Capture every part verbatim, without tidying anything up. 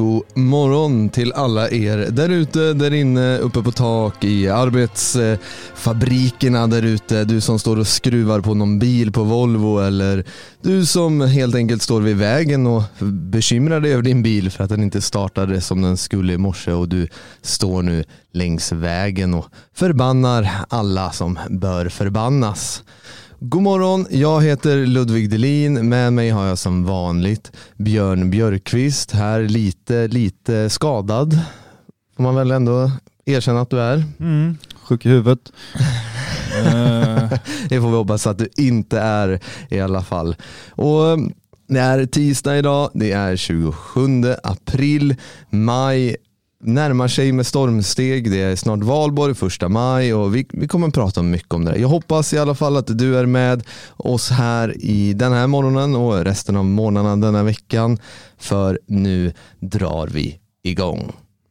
God morgon till alla er där ute, där inne, uppe på tak, i arbetsfabrikerna där ute. Du som står och skruvar på någon bil på Volvo, eller du som helt enkelt står vid vägen och bekymrar dig över din bil för att den inte startade som den skulle i morse, och du står nu längs vägen och förbannar alla som bör förbannas. God morgon, jag heter Ludvig Delin. Med mig har jag som vanligt Björn Björkqvist. Här lite, lite skadad. Får man väl ändå erkänna att du är. Mm, sjuk i huvudet. Det får vi hoppas att du inte är i alla fall. Och det är tisdag idag. Det är tjugosjunde april. Maj närmar sig med stormsteg. Det är snart valborg, första maj, och vi, vi kommer att prata mycket om det. Jag hoppas i alla fall att du är med oss här i den här morgonen och resten av morgonen denna veckan, för nu drar vi igång.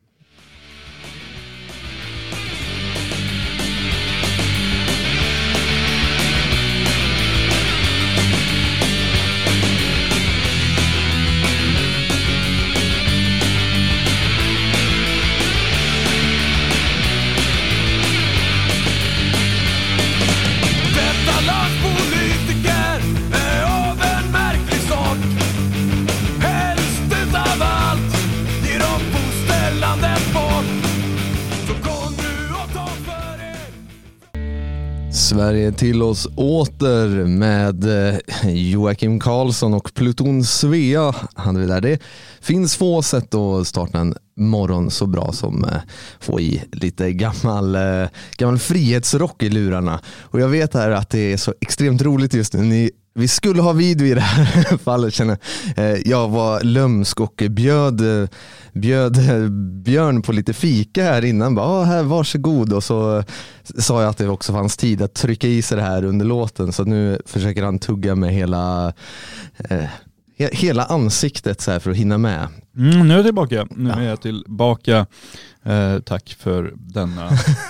Sverige till oss åter med Joakim Karlsson och Pluton Svea. Hade vi där. Det finns få sätt att starta en morgon så bra som få i lite gammal, gammal frihetsrock i lurarna. Och jag vet här att det är så extremt roligt just nu. Ni, vi skulle ha video i det här fallet, känner jag. Var lömsk och bjöd, bjöd Björn på lite fika här innan. Bara, här, varsågod. Och så sa jag att det också fanns tid att trycka i sig det här under låten. Så nu försöker han tugga med hela, eh, hela ansiktet så här för att hinna med. Mm, nu är jag tillbaka. Nu är jag tillbaka. Eh, tack för denna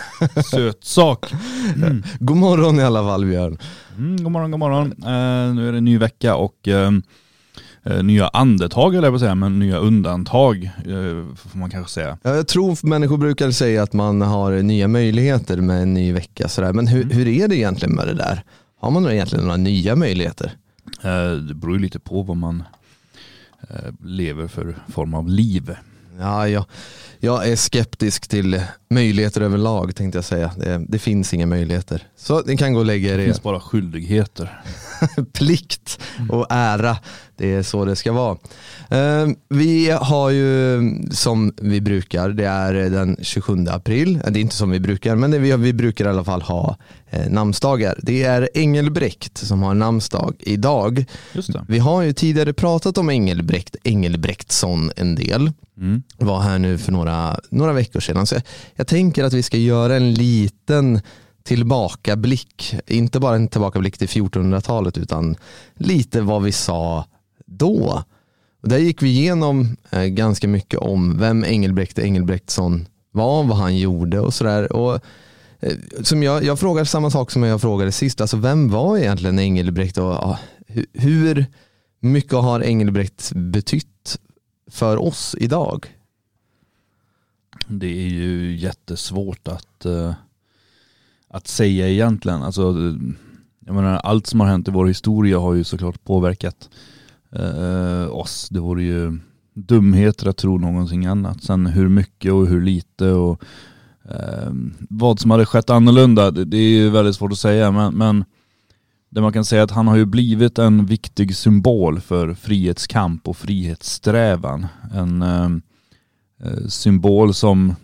söt sak. Mm. God morgon i alla fall, Björn. Mm, god morgon, god morgon. Eh, nu är det en ny vecka och eh, nya andetag, eller jag vill säga, men nya undantag eh, får man kanske säga. Jag tror människor brukar säga att man har nya möjligheter med en ny vecka. Sådär. Men hur, mm. hur är det egentligen med det där? Har man egentligen några nya möjligheter? Eh, det beror ju lite på vad man eh, lever för form av liv. Ja, ja, jag är skeptisk till möjligheter överlag, tänkte jag säga. Det, det finns inga möjligheter. Så ni kan gå och lägga er. Det finns bara skyldigheter. Plikt och ära, det är så det ska vara. Uh, vi har ju som vi brukar, det är den tjugosjunde april. Det är inte som vi brukar, men det vi, vi brukar i alla fall ha eh, namnsdagar. Det är Engelbrekt som har namnsdag idag. Just det. Vi har ju tidigare pratat om Engelbrekt, Engelbrektsson en del. Mm. Var här nu för några, några veckor sedan. Så jag, jag tänker att vi ska göra en liten tillbakablick. Inte bara en tillbakablick till fjortonhundratalet, utan lite vad vi sa då. Och där gick vi igenom eh, ganska mycket om vem Engelbrekt Engelbrektsson var, vad han gjorde och sådär. Och eh, som jag, jag frågar samma sak som jag frågade sist. Alltså, vem var egentligen Engelbrekt och ah, hur, hur mycket har Engelbrekt betytt för oss idag? Det är ju jättesvårt att uh, att säga egentligen. Alltså, jag menar, allt som har hänt i vår historia har ju såklart påverkat uh, oss. Det vore ju dumheter att tro någonting annat. Sen hur mycket och hur lite och uh, vad som hade skett annorlunda, det, det är ju väldigt svårt att säga. Men, men det man kan säga att han har ju blivit en viktig symbol för frihetskamp och frihetssträvan. En uh, symbol som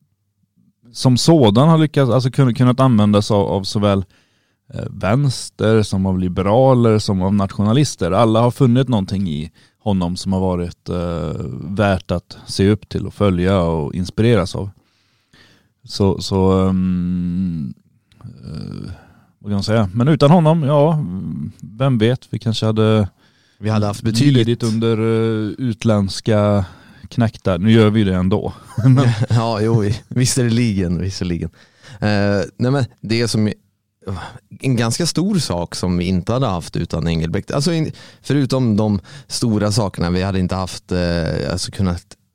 som sådan har lyckats, alltså kunnat, kunnat användas av, av såväl eh, vänster som av liberaler som av nationalister. Alla har funnit någonting i honom som har varit eh, värt att se upp till och följa och inspireras av. Så, så um, eh, vad kan man säga? Men utan honom, ja, vem vet, vi kanske hade vi hade haft betydligt under uh, utländska knäckta. Nu gör vi det ändå. Men... ja, jo, visserligen, visserligen. Uh, nej, men det är som en ganska stor sak som vi inte hade haft utan Engelbrekt. Alltså in, förutom de stora sakerna, vi hade inte haft uh, alltså kunnat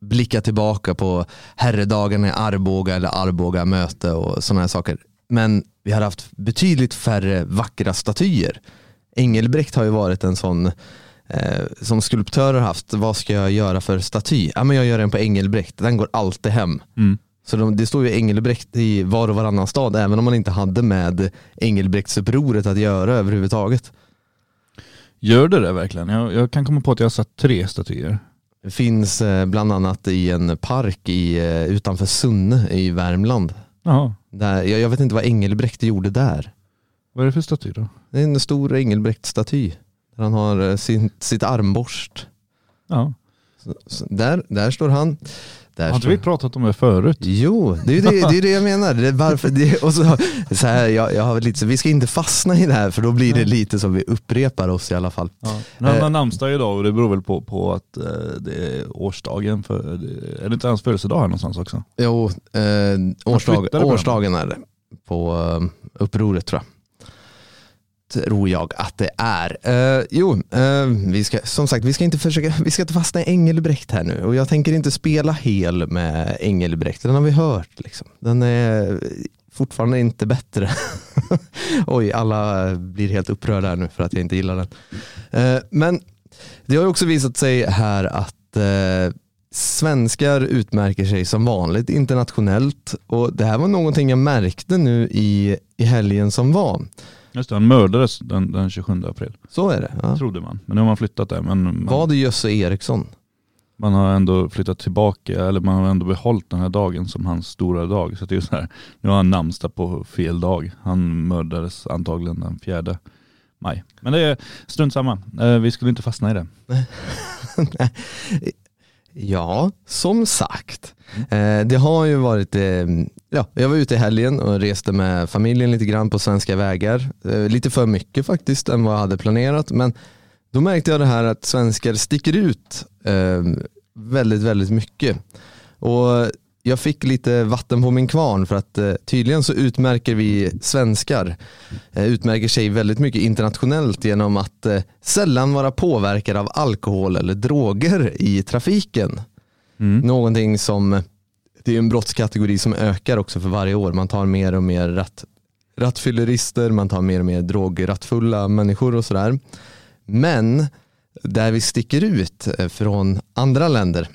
blicka tillbaka på herredagarna i Arboga eller Arboga möte och sådana här saker. Men vi har haft betydligt färre vackra statyer. Engelbrekt har ju varit en sån eh, som skulptörer haft. Vad ska jag göra för staty? Ja, men jag gör den på Engelbrekt. Den går alltid hem. Mm. Så de, det står ju Engelbrekt i var och varannan stad, även om man inte hade med Engelbrektsupproret att göra överhuvudtaget. Gör det det verkligen? Jag, jag kan komma på att jag har satt tre statyer. Det finns eh, bland annat i en park i, eh, utanför Sunne i Värmland. Jaha. Där, jag, jag vet inte vad Engelbrekt gjorde där. Vad är det för staty då? Det är en stor Engelbrekt-staty. Där han har eh, sin, sitt armborst. Ja. Så, så där, där står han. Där Har inte står... vi pratat om det förut? Jo, det är det, det, är det jag menar. Det är varför det, och så, så här, jag, jag har lite, så vi ska inte fastna i det här, för då blir det lite som vi upprepar oss i alla fall. Ja. Nu har man namnsdag idag och det beror väl på, på att eh, det är årsdagen för, är det inte hans födelsedag här någonstans också? Jo, eh, årsdag, årsdagen är det på eh, upproret tror jag. Tror jag att det är. Uh, jo, uh, vi ska, som sagt, vi ska inte försöka, vi ska inte fastna i Engelbrekt här nu. Och jag tänker inte spela hel med Engelbrekt. Den har vi hört. Liksom. Den är fortfarande inte bättre. Oj, alla blir helt upprörda här nu för att jag inte gillar den. Uh, men det har ju också visat sig här att uh, svenskar utmärker sig som vanligt internationellt. Och det här var någonting jag märkte nu i, i helgen som var. Just det, han mördades den, den tjugosjunde april. Så är det. Ja. Trodde man. Men nu har man flyttat där. Men man, var det Jösse Eriksson? Man har ändå flyttat tillbaka, eller man har ändå behållit den här dagen som hans stora dag. Så det är så här, nu har han namnsdag på fel dag. Han mördades antagligen den fjärde maj. Men det är strunt samma. Vi skulle inte fastna i det. Ja, som sagt. Eh, det har ju varit, eh, ja, jag var ute i helgen och reste med familjen lite grann på svenska vägar. Eh, lite för mycket faktiskt än vad jag hade planerat. Men då märkte jag det här att svenskar sticker ut eh, väldigt, väldigt mycket. Och jag fick lite vatten på min kvarn för att eh, tydligen så utmärker vi svenskar eh, utmärker sig väldigt mycket internationellt genom att eh, sällan vara påverkade av alkohol eller droger i trafiken. Mm. Någonting som, det är en brottskategori som ökar också för varje år. Man tar mer och mer ratt, rattfyllerister, man tar mer och mer drograttfulla människor och sådär. Men där vi sticker ut eh, från andra länder,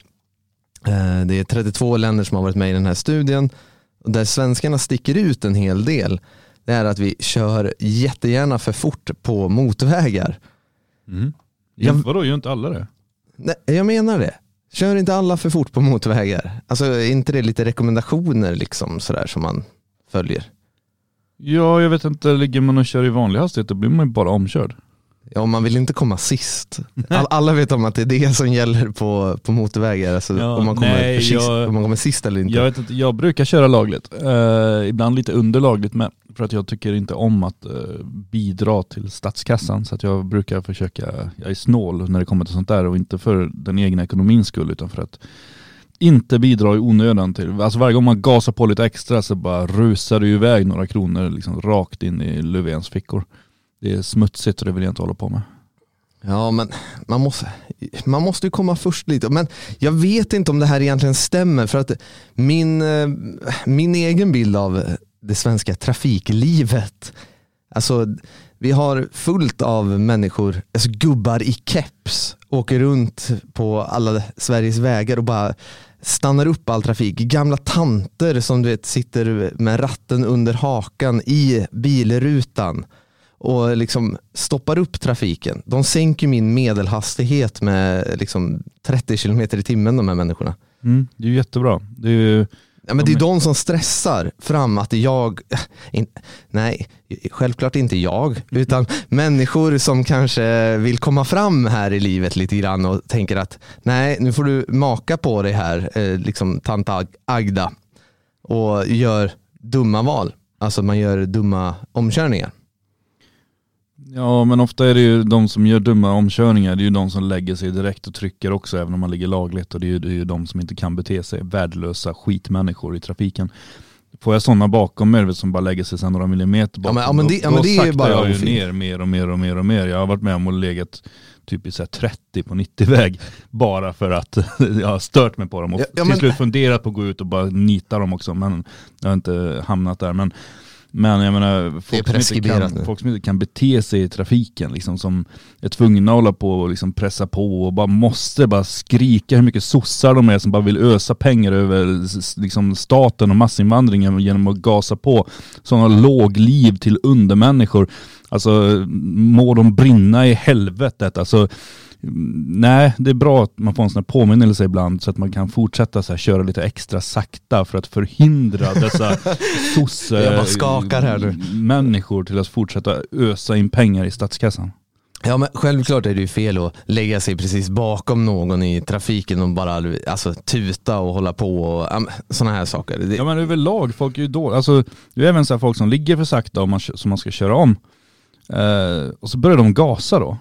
det är trettiotvå länder som har varit med i den här studien, och där svenskarna sticker ut en hel del, det är att vi kör jättegärna för fort på motorvägar. Mm. Jag, vadå, gör inte alla det? Nej, jag menar det. Kör inte alla för fort på motorvägar? Alltså är inte det lite rekommendationer liksom sådär som man följer? Ja, jag vet inte, ligger man och kör i vanlig hastighet då blir man ju bara omkörd. Ja, man vill inte komma sist. All, alla vet om att det är det som gäller på, på motorvägar. Alltså, ja, om, man kommer nej, sist, jag, om man kommer sist eller inte. Jag, vet inte, jag brukar köra lagligt. Uh, ibland lite underlagligt med. För att jag tycker inte om att uh, bidra till statskassan. Så att jag brukar försöka, jag är snål när det kommer till sånt där. Och inte för den egna ekonomins skull, utan för att inte bidra i onödan till. Alltså varje gång man gasar på lite extra så bara rusar det iväg några kronor liksom rakt in i Löfvens fickor. Det är smutsigt och det vill jag inte hålla på med. Ja, men man måste, man måste ju komma först lite. Men jag vet inte om det här egentligen stämmer. För att min, min egen bild av det svenska trafiklivet. Alltså, vi har fullt av människor, alltså gubbar i keps, åker runt på alla Sveriges vägar och bara stannar upp all trafik. Gamla tanter som du vet sitter med ratten under hakan i bilrutan och liksom stoppar upp trafiken. De sänker min medelhastighet med liksom trettio kilometer i timmen, de här människorna. Mm, det är ju jättebra. Det är ju... Ja, men det är de som stressar fram att jag, in, nej, självklart inte jag, utan människor som kanske vill komma fram här i livet lite grann och tänker att nej, nu får du maka på dig här, eh, liksom tanta Agda, och gör dumma val. Alltså man gör dumma omkörningar. Ja, men ofta är det ju de som gör dumma omkörningar, det är ju de som lägger sig direkt och trycker också, även om man ligger lagligt, och det är ju, det är ju de som inte kan bete sig, värdelösa skitmänniskor i trafiken. får jag sådana bakom mig som bara lägger sig sen några millimeter bakom, ja, men, ja, men det, då, ja, men det då är bara jag ju ofint. ner mer och mer och mer och mer. Jag har varit med om och legat typ i så här trettio på nittio-väg bara för att jag har stört mig på dem. Och ja, ja, till men... slut funderat på att gå ut och bara nita dem också, men jag har inte hamnat där. Men Men jag menar, folk som, inte kan, folk som inte kan bete sig i trafiken liksom, som är tvungna att hålla på och liksom pressa på och bara måste bara skrika hur mycket sossar de är som bara vill ösa pengar över liksom, staten och massinvandringen genom att gasa på sådana lågliv till undermänniskor. Alltså må de brinna i helvetet. Alltså nej, det är bra att man får en sån här påminnelse ibland så att man kan fortsätta så här, köra lite extra sakta för att förhindra dessa sosse människor till att fortsätta ösa in pengar i statskassan. Ja, men självklart är det ju fel att lägga sig precis bakom någon i trafiken och bara alltså, tuta och hålla på och um, såna här saker. Det... Ja, men överlag, folk är ju då, alltså det är även så här folk som ligger för sakta och man, som man ska köra om. Uh, och så börjar de gasa då.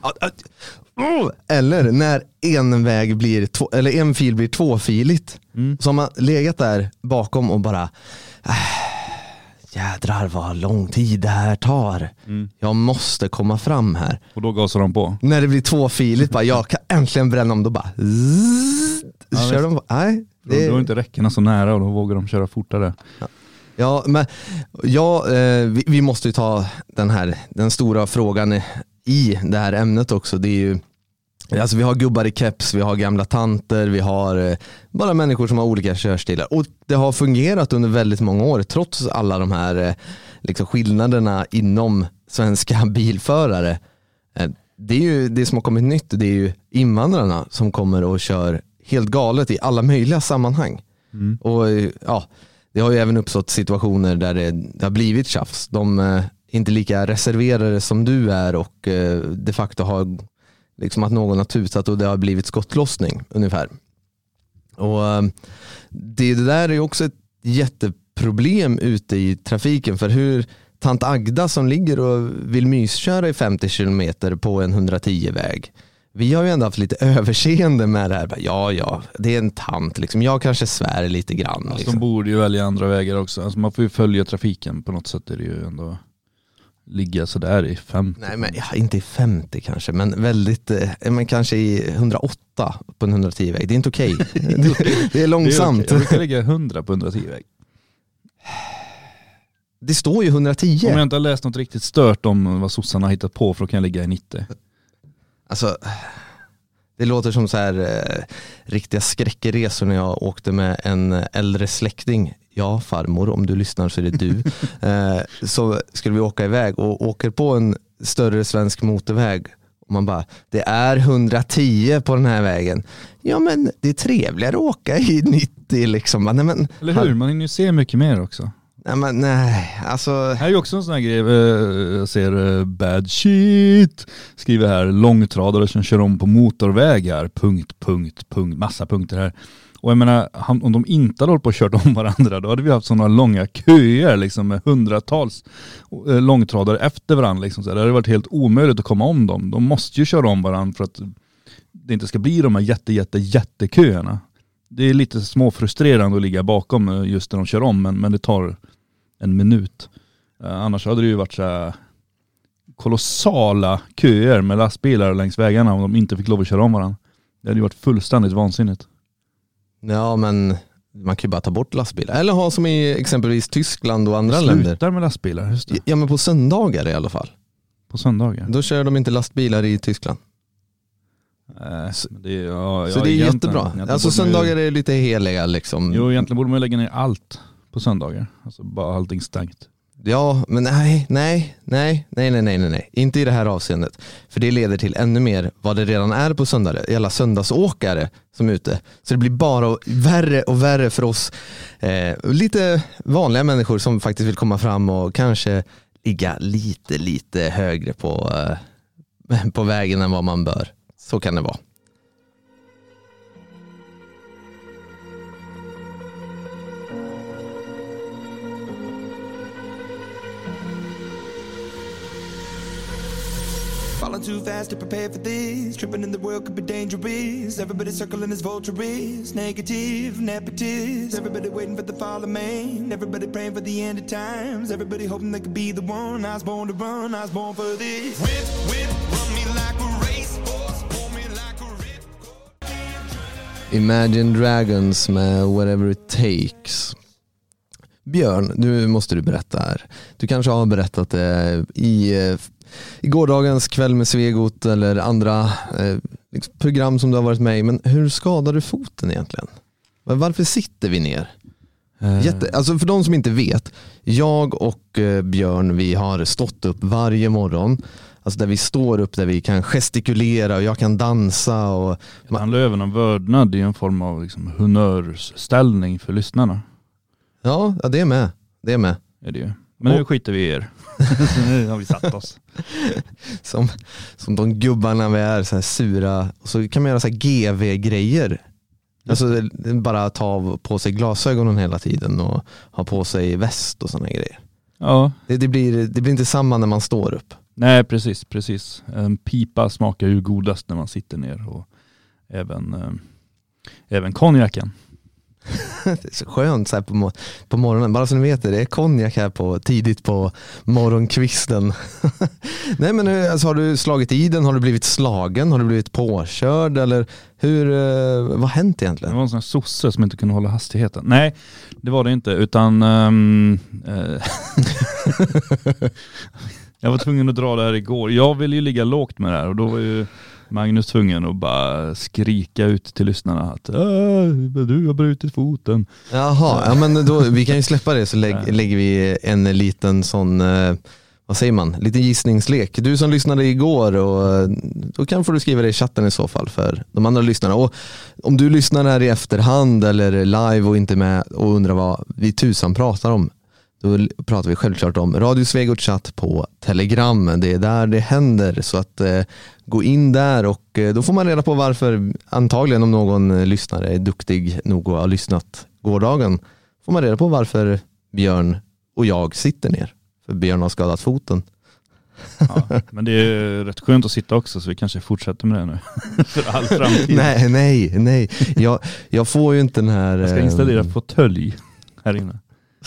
Eller när en väg blir två, eller en fil blir tvåfiligt. Mm. Så har man legat där bakom och bara äh, jädrar vad lång tid det här tar. Mm. Jag måste komma fram här. Och då gasar de på. När det blir tvåfiligt bara jag kan äntligen bränna om, då bara zzz, ja, kör de på. Nej, det... Då är inte räckena så nära och då vågar de köra fortare. Ja. Ja, men ja, eh, vi, vi måste ju ta den här den stora frågan i det här ämnet också. Det är ju alltså vi har gubbar i keps, vi har gamla tanter, vi har eh, bara människor som har olika körstilar och det har fungerat under väldigt många år trots alla de här eh, liksom skillnaderna inom svenska bilförare. Eh, det är ju det som har kommit nytt, det är ju invandrarna som kommer och kör helt galet i alla möjliga sammanhang. Mm. Och ja, det har ju även uppstått situationer där det, det har blivit tjafs. De är inte lika reserverade som du är och eh, de facto har liksom att någon har tutat och det har blivit skottlossning ungefär. Och eh, det, det där är ju också ett jätteproblem ute i trafiken, för hur tant Agda som ligger och vill mysköra i femtio kilometer på en hundratio-väg. Vi har ju ändå haft lite överseende med det här. Ja, ja, det är en tant. Liksom. Jag kanske svär lite grann. Alltså, liksom. De borde ju välja andra vägar också. Alltså, man får ju följa trafiken. På något sätt är det ju ändå ligga sådär i femtio. Nej, men ja, inte i femtio kanske. Men väldigt, eh, men kanske i hundraåtta på en hundratio-väg. Det är inte okej. Okay. det, det är långsamt. Det är okay. Jag kan lägga hundra på hundratio-väg. Det står ju hundratio. Om jag inte har läst något riktigt stört om vad sossarna har hittat på för att kan ligga i nittio. Alltså, det låter som så här eh, riktiga skräckresor när jag åkte med en äldre släkting. Ja, farmor, om du lyssnar så är det du. eh, så skulle vi åka iväg och åker på en större svensk motorväg. Och man bara, det är hundratio på den här vägen. Ja, men det är trevligare att åka i nittio liksom. Nej, men, eller hur, man hinner ju se mycket mer också. Nej, men nej, alltså... Här är ju också en sån här grej, jag ser bad shit, skriver här, långtradare som kör om på motorvägar, punkt, punkt, punkt, massa punkter här. Och jag menar, om de inte hade hållit på och kört om varandra, då hade vi haft sådana långa köer liksom, med hundratals långtradare efter varandra. Liksom, så det hade varit helt omöjligt att komma om dem. De måste ju köra om varandra för att det inte ska bli de här jätte, jätte, jätteköerna. Det är lite småfrustrerande att ligga bakom just när de kör om, men, men det tar en minut. Uh, annars hade det ju varit så här kolossala köer med lastbilar längs vägarna om de inte fick lov att köra om varandra. Det hade ju varit fullständigt vansinnigt. Ja, men man kan ju bara ta bort lastbilar. Eller ha som i exempelvis Tyskland och andra Slutar länder. Slutar med lastbilar, just det. Ja, men på söndagar i alla fall. På söndagar? Då kör de inte lastbilar i Tyskland. Äh, så det är, ja, så ja, det är jättebra. Alltså söndagar ju... är lite heliga liksom. Jo, egentligen borde man lägga ner allt på söndagar. Alltså bara allting stängt. Ja, men nej, nej, nej, nej, nej, nej, nej, inte i det här avseendet. För det leder till ännu mer vad det redan är på söndagar. Alla söndagsåkare som är ute. Så det blir bara värre och värre för oss eh, lite vanliga människor som faktiskt vill komma fram och kanske ligga lite, lite högre på, eh, på vägen än vad man bör. Så kan det vara. Falling too fast to prepare for this. Tripping in the world could be dangerous. Everybody circling as vultures. Negative, nepotist. Everybody waiting for the fall of man. Everybody praying for the end of times. Everybody hoping they could be the one. I was born to run, I was born for this. Whip, whip, run me like a racehorse. Pull me like a rip. Imagine Dragons med Whatever It Takes. Björn, nu måste du berätta här. Du kanske har berättat det i, i gårdagens kväll med Svegot eller andra eh, liksom program som du har varit med i. Men hur skadar du foten egentligen? Varför sitter vi ner? Uh. Jätte, alltså för de som inte vet, jag och eh, Björn, vi har stått upp varje morgon. Alltså där vi står upp, där vi kan gestikulera och jag kan dansa. Och det handlar även om vördnad i en form av liksom honörsställning för lyssnarna. Ja, ja, det är med. Det är med. Är det ju. Men nu skiter vi i er. Nu har vi satt oss. Som, som de gubbarna vi är, så här sura. Och så kan man göra så här G V-grejer. Alltså bara ta på sig glasögonen hela tiden och ha på sig väst och sådana grejer. Ja. Det, det, blir, det blir inte samma när man står upp. Nej, precis, precis. En pipa smakar ju godast när man sitter ner och även, äh, även konjaken. Det är så skönt så här på, på morgonen. Bara så ni vet det, det är konjak här på, tidigt på morgonkvisten. Nej, men alltså, har du slagit i den? Har du blivit slagen? Har du blivit påkörd? Eller hur, eh, vad har hänt egentligen? Det var en sån här sosse som inte kunde hålla hastigheten. Nej, det var det inte. Utan um, eh, jag var tvungen att dra det här igår. Jag ville ju ligga lågt med det här och då var ju Magnus tvungen att bara skrika ut till lyssnarna att du har brutit foten. Jaha, ja, men då, vi kan ju släppa det så lägg, ja. lägger vi en liten sån, eh, vad säger man, liten gissningslek. Du som lyssnade igår, och då kan får du skriva det i chatten i så fall för de andra lyssnarna. Och om du lyssnar här i efterhand eller live och inte med och undrar vad vi tusan pratar om, då pratar vi självklart om Radio Svegot chatt på Telegram. Det är där det händer, så att eh, gå in där och eh, då får man reda på varför, antagligen om någon lyssnare är duktig nog och har lyssnat gårdagen, får man reda på varför Björn och jag sitter ner. För Björn har skadat foten. Ja, men det är rätt skönt att sitta också, så vi kanske fortsätter med det nu. För all framtid. Nej, nej, nej. Jag, jag får ju inte den här... Jag ska installera eh, fåtölj här inne.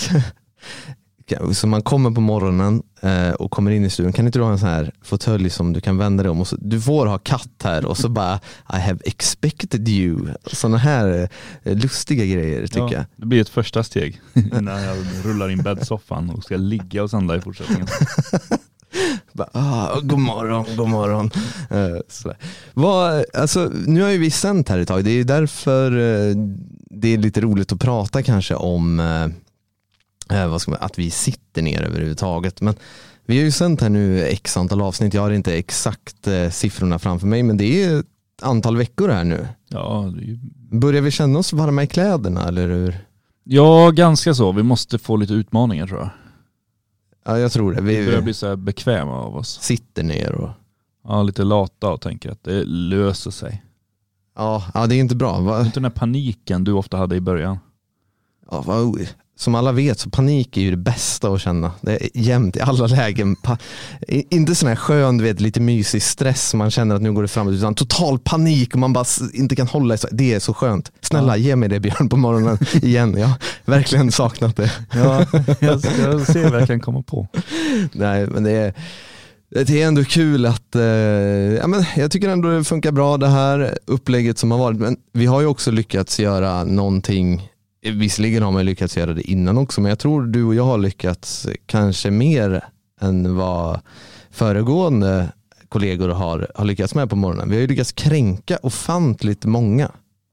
Så man kommer på morgonen eh, och kommer in i studion, kan inte du ha en sån här fåtölj som du kan vända dig om och så, du får ha katt här och så bara I have expected you, såna här eh, lustiga grejer tycker ja, jag. Det blir ett första steg innan jag rullar in bäddsoffan och ska ligga och sända i fortsättningen. Bara, ah, god morgon, god morgon. Uh, sådär. Vad, alltså, nu har ju vi sänt här ett tag, det är därför uh, det är lite roligt att prata kanske om uh, vad ska man, att vi sitter ner överhuvudtaget. Men vi har ju sänt här nu x antal avsnitt. Jag har inte exakt eh, siffrorna framför mig, men det är ett antal veckor här nu. Ja, det är ju... Börjar vi känna oss varma i kläderna eller hur? Ja, ganska så. Vi måste få lite utmaningar tror jag. Ja, jag tror det. Vi, vi börjar bli så här bekväma av oss. Sitter ner och... Ja, lite lata och tänker att det löser sig. Ja, ja det är inte bra. Va? Inte den här paniken du ofta hade i början. Ja, vad... Som alla vet så panik är ju det bästa att känna. Det är jämnt i alla lägen. Pa- inte sån här skön, du vet, lite mysig stress. Man känner att nu går det framåt. Utan total panik och man bara inte kan hålla sig. Det är så skönt. Snälla, ja. Ge mig det Björn på morgonen igen. Jag har verkligen saknat det. Ja, jag ska se verkligen komma på. Nej, men det är... Det är ändå kul att eh, ja, men jag tycker ändå det funkar bra det här upplägget som har varit. Men vi har ju också lyckats göra någonting. Visserligen har man lyckats göra det innan också, men jag tror du och jag har lyckats kanske mer än vad föregående kollegor har, har lyckats med på morgonen. Vi har ju lyckats kränka ofantligt många.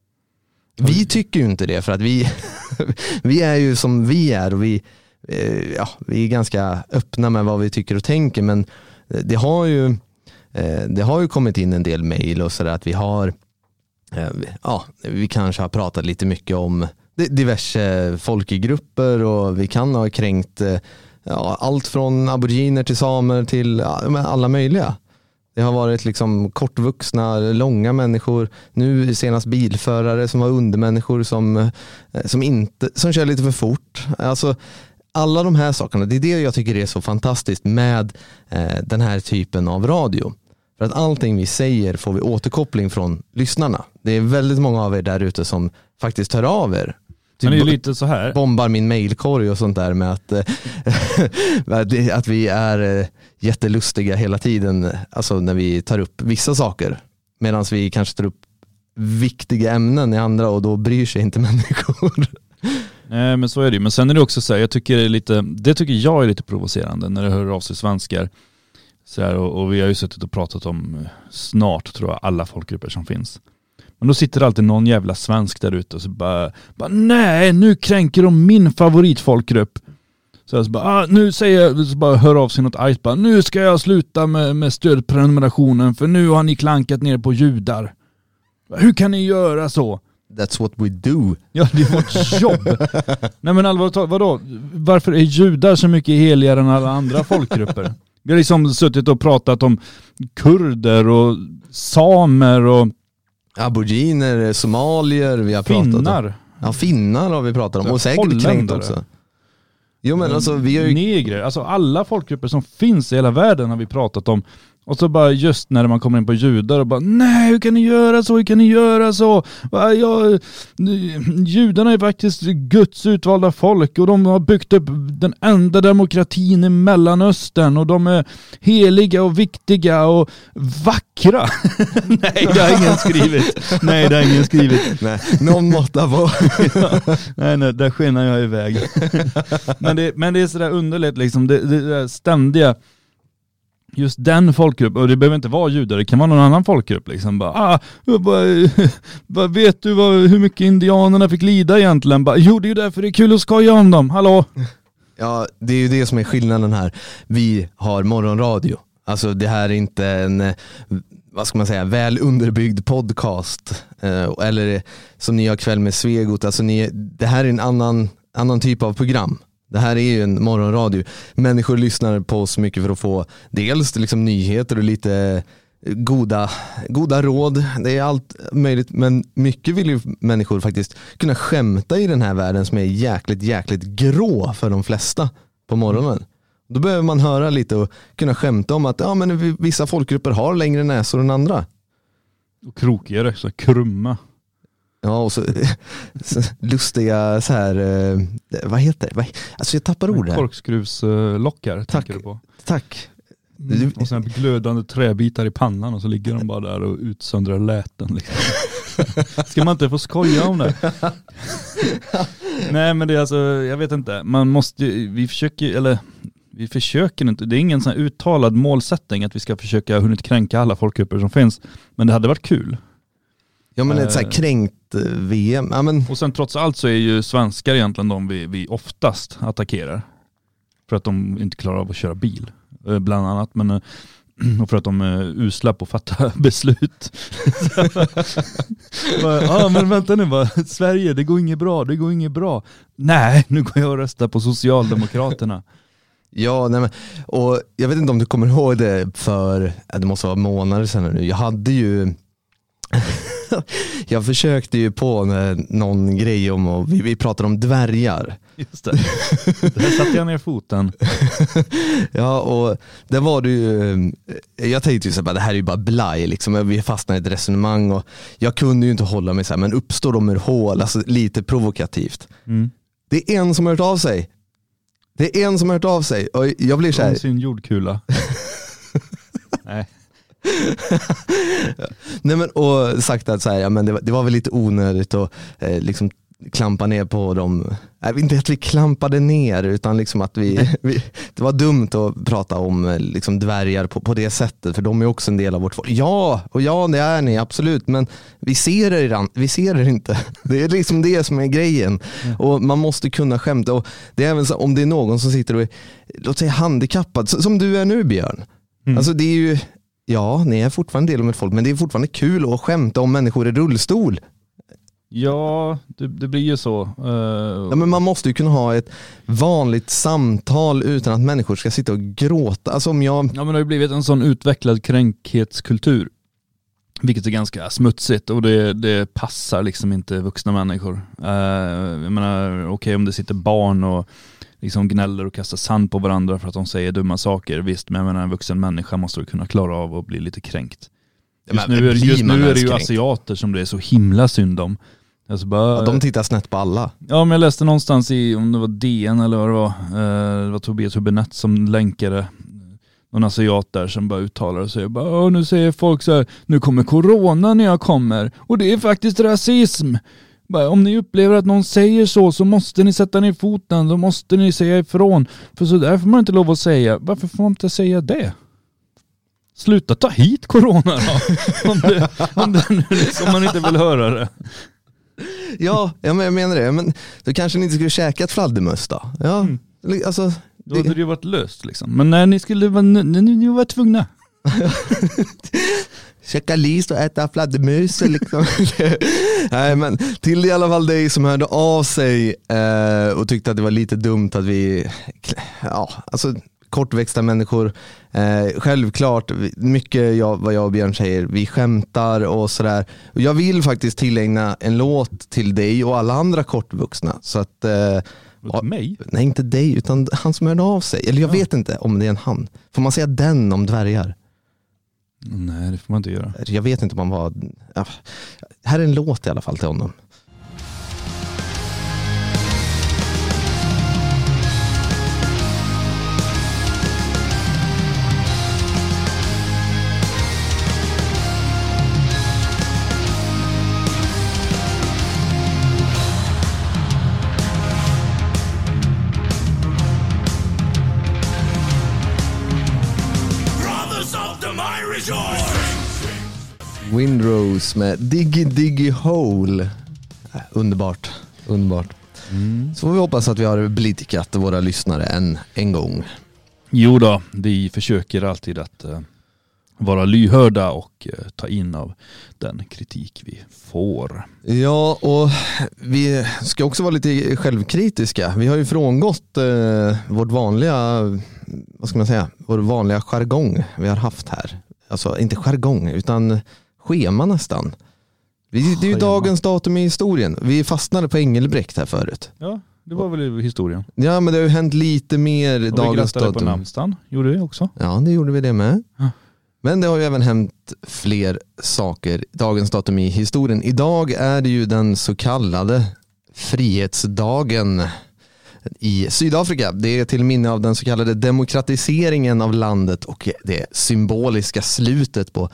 Vi tycker ju inte det, för att vi, vi är ju som vi är och vi, ja, vi är ganska öppna med vad vi tycker och tänker, men det har ju, det har ju kommit in en del mejl och sådär att vi har, ja, vi kanske har pratat lite mycket om diverse folkgrupper och vi kan ha kränkt ja, allt från aboriginer till samer till ja, alla möjliga. Det har varit liksom kortvuxna, långa människor, nu senast bilförare som var undermänniskor som, som, inte, som kör lite för fort. Alltså alla de här sakerna, det är det jag tycker är så fantastiskt med eh, den här typen av radio. För att allting vi säger får vi återkoppling från lyssnarna. Det är väldigt många av er där ute som faktiskt hör av er. Men det är ju lite så här. Bombar min mailkorg och sånt där med att, att vi är jättelustiga hela tiden. Alltså när vi tar upp vissa saker. Medan vi kanske tar upp viktiga ämnen i andra och då bryr sig inte människor. Nej, men så är det ju. Men sen är det också så här, jag tycker det är lite, det tycker jag är lite provocerande när det hör av sig svenskar. Så här, och, och vi har ju suttit och pratat om snart, tror jag, alla folkgrupper som finns. Men då sitter det alltid någon jävla svensk där ute och så bara, bara nej, nu kränker de min favoritfolkgrupp. Så jag så bara, ah, nu säger jag, så bara hör av sig något argt, bara, nu ska jag sluta med, med stödprenumerationen för nu har ni klankat ner på judar. Hur kan ni göra så? That's what we do. Ja, det är vårt jobb. Nej men allvarligt, vadå? Varför är judar så mycket heligare än alla andra folkgrupper? Vi har liksom suttit och pratat om kurder och samer och aboriginer, somalier, vi har pratat finnar. om. Ja, finnar har vi pratat om. Och säkert kränkt också. Jo men alltså vi har ju... negrer, alltså alla folkgrupper som finns i hela världen har vi pratat om. Och så bara just när man kommer in på judar och bara, nej, hur kan ni göra så? Hur kan ni göra så? Ja, judarna är faktiskt Guds utvalda folk och de har byggt upp den enda demokratin i Mellanöstern och de är heliga och viktiga och vackra. Nej, det har ingen skrivit. Nej, det har ingen skrivit. Nej, någon måtta var. Ja, nej, nej, där skenar jag iväg. men, det, men det är sådär underligt liksom, det, det där ständiga. Just den folkgrupp, och det behöver inte vara judar, det kan vara någon annan folkgrupp liksom. Bara, ah, bara, bara, vet du vad, hur mycket indianerna fick lida egentligen? Bara, jo, det är ju därför det är kul att skoja om dem, hallå? Ja, det är ju det som är skillnaden här. Vi har morgonradio. Alltså det här är inte en, vad ska man säga, väl underbyggd podcast. Eller som ni har kväll med Svegot. Alltså ni, det här är en annan, annan typ av program. Det här är ju en morgonradio. Människor lyssnar på oss mycket för att få dels liksom nyheter och lite goda, goda råd. Det är allt möjligt. Men mycket vill ju människor faktiskt kunna skämta i den här världen som är jäkligt, jäkligt grå för de flesta på morgonen. Då behöver man höra lite och kunna skämta om att ja, men vissa folkgrupper har längre näsor än andra. Och krokigare, så krumma. Ja, och så, så lustiga så här, eh, vad heter det? Alltså jag tappar ord här. Korkskruvslockar, tack, tänker du på. Tack. Mm, och sen glödande träbitar i pannan och så ligger de bara där och utsöndrar läten. Liksom. Ska man inte få skoja om det? Nej, men det är alltså, jag vet inte. Man måste, vi försöker, eller vi försöker inte, det är ingen sån här uttalad målsättning att vi ska försöka hunnit kränka alla folkgrupper som finns. Men det hade varit kul. Ja, men ett så här kränkt V M. Ja, men... Och sen trots allt så är ju svenskar egentligen de vi, vi oftast attackerar. För att de inte klarar av att köra bil. Bland annat. Men, och för att de är usla på att fatta beslut. Ja, ah, men vänta nu bara. Sverige, det går inget bra. Det går inget bra. Nej, nu går jag och röstar på Socialdemokraterna. Ja, nej men, och jag vet inte om du kommer ihåg det för, det måste vara månader sedan nu. Jag hade ju jag försökte ju på någon grej om, och vi, vi pratade om dvärgar. Just det. Där satte jag ner foten. Ja, och det var det ju, jag tänkte ju så här, det här är ju bara blaj liksom. Vi fastnade i ett resonemang och jag kunde ju inte hålla mig så här, men uppstår de ur hål, alltså lite provokativt. Mm. Det är en som har hört av sig. Det är en som har hört av sig och jag blir så här. Om sin jordkula. Nej. Nej, men och sagt att så här, ja, men det, var, det var väl lite onödigt att eh, liksom klampa ner på dem. Jag vet inte att vi klampade ner, utan liksom att vi, vi det var dumt att prata om liksom dvärgar på, på det sättet, för de är också en del av vårt folk. Ja, och ja, det är ni absolut, men vi ser er, vi ser er inte. Det är liksom det som är grejen. Mm. Och man måste kunna skämta, och det är även så, om det är någon som sitter och är, låt säga, handikappad, som du är nu, Björn. Mm. Alltså det är ju, ja, ni är fortfarande del av ett folk, men det är fortfarande kul att skämta om människor i rullstol. Ja, det, det blir ju så. Uh... Ja, men man måste ju kunna ha ett vanligt samtal utan att människor ska sitta och gråta. Alltså om jag... Ja, men det har ju blivit en sån utvecklad kränkhetskultur. Vilket är ganska smutsigt, och det, det passar liksom inte vuxna människor. Uh, jag menar, okej, okay, om det sitter barn och liksom gnäller och kastar sand på varandra för att de säger dumma saker. Visst, men jag menar, en vuxen människa måste kunna klara av att bli lite kränkt. Just men, nu, är, just nu är det ju kränkt? asiater som det är så himla synd om. Alltså bara, Ja, de tittar snett på alla. Ja, men jag läste någonstans i, om det var D N eller vad det var, eh, det var Tobias Hübinette som länkade någon asiat där som bara uttalar och säger bara, nu säger folk så här, nu kommer corona när jag kommer och det är faktiskt rasism. Bara, om ni upplever att någon säger så så måste ni sätta ner foten, då måste ni säga ifrån. För så där får man inte lov att säga. Varför får man inte säga det? Sluta ta hit corona då. om, det, om, det, om man inte vill höra det. Ja, jag menar det. Men då kanske ni inte skulle käka ett fladdermöss då. Ja, mm. alltså... Då hade det ju varit löst liksom. Men när ni skulle vara, ni, ni var tvungna. Käka lis och äta fladdermöss liksom. Nej, men till i alla fall dig som hörde av sig eh, och tyckte att det var lite dumt att vi, ja, alltså kortväxta människor, eh, självklart mycket jag, vad jag och Björn säger, vi skämtar och sådär. Och jag vill faktiskt tillägna en låt till dig och alla andra kortvuxna, så att eh, Åt mig? Nej, inte dig, utan han som hörde av sig. Eller jag ja. vet inte om det är en han. Får man säga den om dvärgar? Nej, det får man inte göra. Jag vet inte om man var... Ja. Här är en låt i alla fall till honom. Windrose med Diggy Diggy Hole. Äh, underbart, underbart. Mm. Så får vi hoppas att vi har blidkat våra lyssnare en, en gång. Jo då, vi försöker alltid att uh, vara lyhörda och uh, ta in av den kritik vi får. Ja, och vi ska också vara lite självkritiska. Vi har ju frångått uh, vårt vanliga, vad ska man säga, vår vanliga jargong vi har haft här. Alltså inte jargong, utan schema nästan. Vi, det är ju dagens datum i historien. Vi fastnade på Engelbrekt här förut. Ja, det var väl historien. Ja, men det har ju hänt lite mer och dagens datum. på namnsdagen. Gjorde det också? Ja, det gjorde vi det med. Ja. Men det har ju även hänt fler saker dagens datum i historien. Idag är det ju den så kallade Frihetsdagen i Sydafrika. Det är till minne av den så kallade demokratiseringen av landet och det symboliska slutet på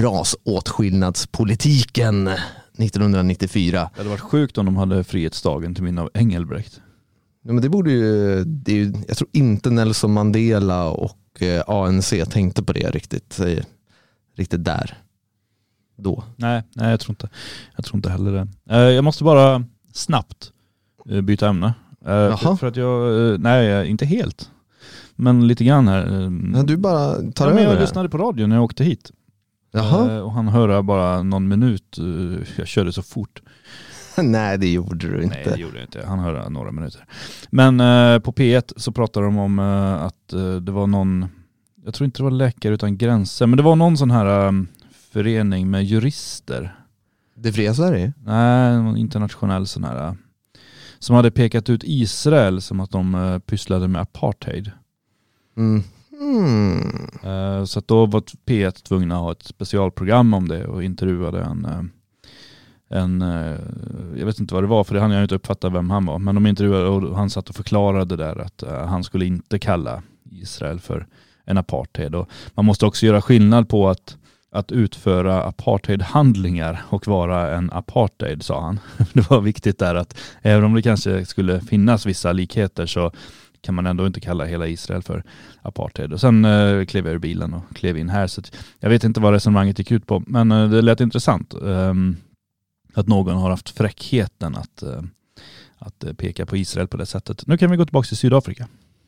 rasåtskillnadspolitiken nittonhundranittiofyra. Det hade varit sjukt om de hade Frihetsdagen till minne av Engelbrekt. Ja, men det borde ju, det är ju, jag tror inte Nelson Mandela och A N C tänkte på det riktigt, riktigt där då. Nej, nej jag tror inte. Jag tror inte heller det. Jag måste bara snabbt byta ämne. Jaha. För att jag, nej inte helt, men lite grann här. Ja, du bara tar ja, över. Jag det. lyssnade på radio när jag åkte hit. Jaha. Och han hörde bara någon minut, jag körde så fort. Nej, det gjorde du inte. Nej, det gjorde jag inte. Han hörde några minuter. Men eh, på P ett så pratade de om eh, att eh, det var någon, jag tror inte det var Läkare utan gränser, men det var någon sån här eh, förening med jurister. Det fria Sverige? Nej, en internationell sån här eh, som hade pekat ut Israel som att de eh, pysslade med apartheid. Mm. Mm. Eh, så att då var P ett tvungna att ha ett specialprogram om det och intervjuade en eh, En, jag vet inte vad det var, för det hann jag inte uppfatta vem han var, men de intervjuade och han satt och förklarade där att han skulle inte kalla Israel för en apartheid. Och man måste också göra skillnad på att, att utföra apartheidhandlingar och vara en apartheid, sa han. Det var viktigt där att även om det kanske skulle finnas vissa likheter så kan man ändå inte kalla hela Israel för apartheid. Och sen uh, klev jag ur bilen och klev in här, så att jag vet inte vad resonemanget gick ut på, men uh, det lät intressant. Um, Att någon har haft fräckheten att, att peka på Israel på det sättet. Nu kan vi gå tillbaka till Sydafrika.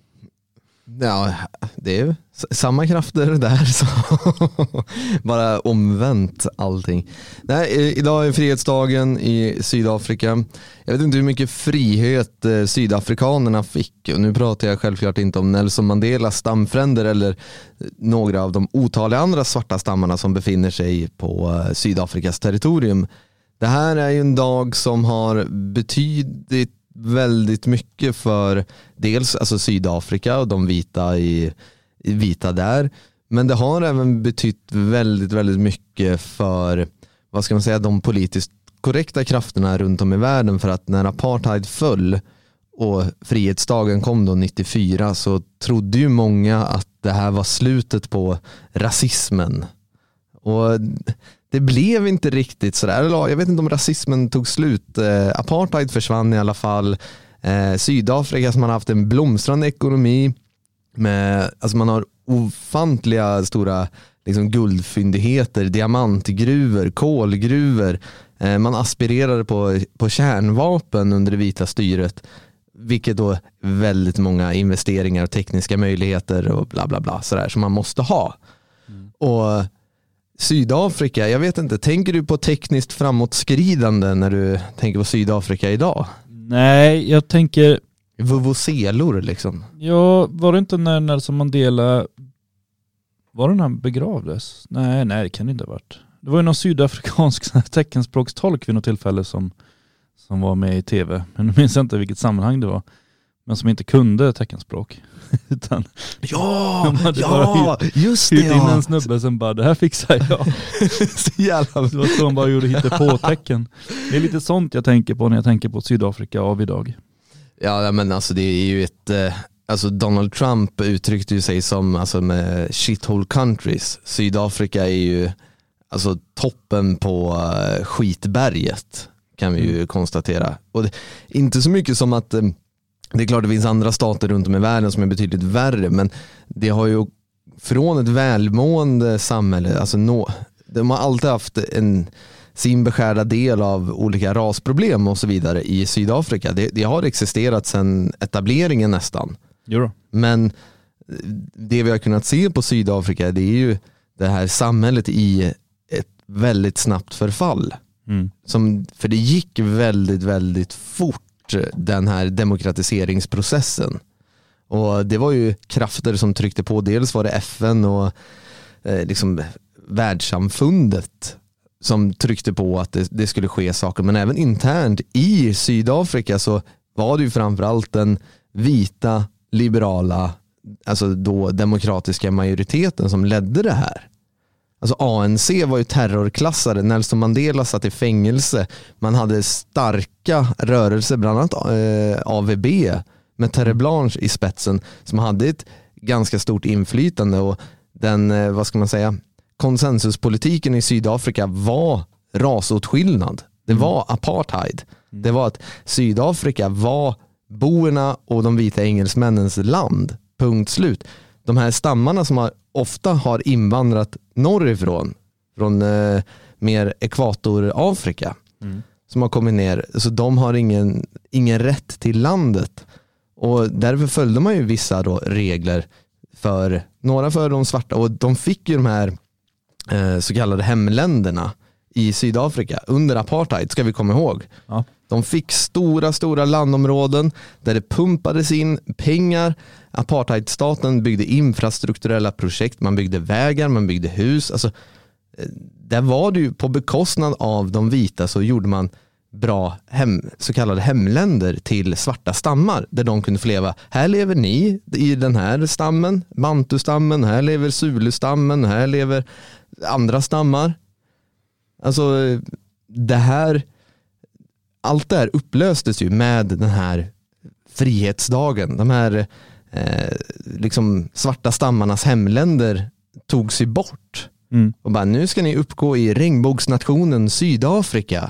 Ja, det är ju samma krafter där. Så bara omvänt allting. Nej, idag är frihetsdagen i Sydafrika. Jag vet inte hur mycket frihet sydafrikanerna fick. Och nu pratar jag självklart inte om Nelson Mandelas stamfränder eller några av de otaliga andra svarta stammarna som befinner sig på Sydafrikas territorium. Det här är ju en dag som har betydligt, väldigt mycket för dels alltså Sydafrika och de vita i, i vita där. Men det har även betytt väldigt, väldigt mycket för, vad ska man säga, de politiskt korrekta krafterna runt om i världen. För att när apartheid föll och frihetsdagen kom då nittiofyra, så trodde ju många att det här var slutet på rasismen. Och det blev inte riktigt sådär. Jag vet inte om rasismen tog slut. Eh, apartheid försvann i alla fall. Eh, Sydafrika som har haft en blomstrande ekonomi. Med, alltså man har ofantliga stora liksom guldfyndigheter, diamantgruvor, kolgruvor. Eh, man aspirerade på, på kärnvapen under det vita styret. Vilket då väldigt många investeringar och tekniska möjligheter och bla bla bla sådär som man måste ha. Mm. Och Sydafrika, jag vet inte, tänker du på tekniskt framåtskridande när du tänker på Sydafrika idag? Nej, jag tänker vuvuzelor liksom. Ja, var det inte när Nelson Mandela var det när han begravdes? Nej, nej, det kan det inte ha varit. Det var ju någon sydafrikansk teckenspråkstolk vid något tillfälle som, som var med i tv. Men jag minns inte vilket sammanhang det var. Men som inte kunde teckenspråk. Utan ja, ja hyrt, just det. Ja. In en snubbe som bara, det här fixar jag. Så jävla. Det var så han bara gjorde hittepå-tecken. Det är lite sånt jag tänker på när jag tänker på Sydafrika av idag. Ja, men alltså det är ju ett... Alltså Donald Trump uttryckte ju sig som alltså med shithole countries. Sydafrika är ju alltså toppen på skitberget, kan vi ju konstatera. Och det, inte så mycket som att... Det är klart det finns andra stater runt om i världen som är betydligt värre, men det har ju från ett välmående samhälle, alltså nå, de har alltid haft en sin beskärda del av olika rasproblem och så vidare i Sydafrika. Det, det har existerat sedan etableringen nästan. Jo. Men det vi har kunnat se på Sydafrika, det är ju det här samhället i ett väldigt snabbt förfall. Mm. Som, för det gick väldigt, väldigt fort, den här demokratiseringsprocessen. Och det var ju krafter som tryckte på. Dels var det F N och eh, liksom världssamfundet som tryckte på att det, det skulle ske saker. Men även internt i Sydafrika så var det ju framförallt den vita, liberala, alltså då demokratiska majoriteten som ledde det här. Alltså A N C var ju terrorklassade. Nelson Mandela satt i fängelse. Man hade starka rörelser, bland annat eh, A V B med Terre Blanche i spetsen, som hade ett ganska stort inflytande. Och den, eh, vad ska man säga, konsensuspolitiken i Sydafrika var rasåtskillnad. Det var apartheid. Det var att Sydafrika var boerna och de vita engelsmännens land. Punkt slut. De här stammarna som har, ofta har invandrat norrifrån, från eh, mer ekvatorafrika, mm. som har kommit ner, så de har ingen, ingen rätt till landet. Och därför följde man ju vissa då regler för några för de svarta, och de fick ju de här eh, så kallade hemländerna i Sydafrika under apartheid, ska vi komma ihåg. Ja. De fick stora, stora landområden där det pumpades in pengar. Apartheidstaten byggde infrastrukturella projekt. Man byggde vägar, man byggde hus. Alltså, där var det ju på bekostnad av de vita, så gjorde man bra hem, så kallade hemländer till svarta stammar där de kunde få leva. Här lever ni i den här stammen, Bantu-stammen. Här lever Zulu-stammen. Här lever andra stammar. Alltså det här, allt det här upplöstes ju med den här frihetsdagen. De här eh, liksom svarta stammarnas hemländer tog sig bort. Mm. Och bara, nu ska ni uppgå i regnbågsnationen Sydafrika.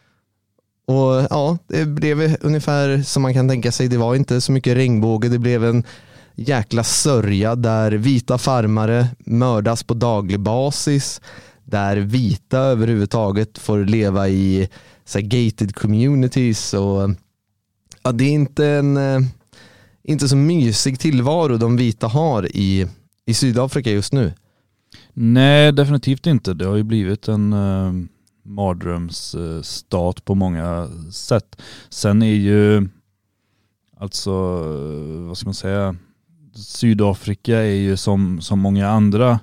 Och ja, det blev ungefär som man kan tänka sig. Det var inte så mycket regnbåge. Det blev en jäkla sörja där vita farmare mördas på daglig basis. Där vita överhuvudtaget får leva i så här, gated communities. Och ja, det är inte en inte så mysig tillvaro de vita har i, i Sydafrika just nu. Nej, definitivt inte. Det har ju blivit en uh, mardrömsstat på många sätt. Sen är ju alltså, vad ska man säga, Sydafrika är ju som, som många andra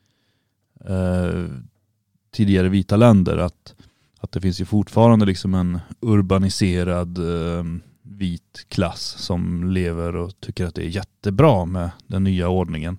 uh, tidigare vita länder, att, att det finns ju fortfarande liksom en urbaniserad uh, vit klass som lever och tycker att det är jättebra med den nya ordningen.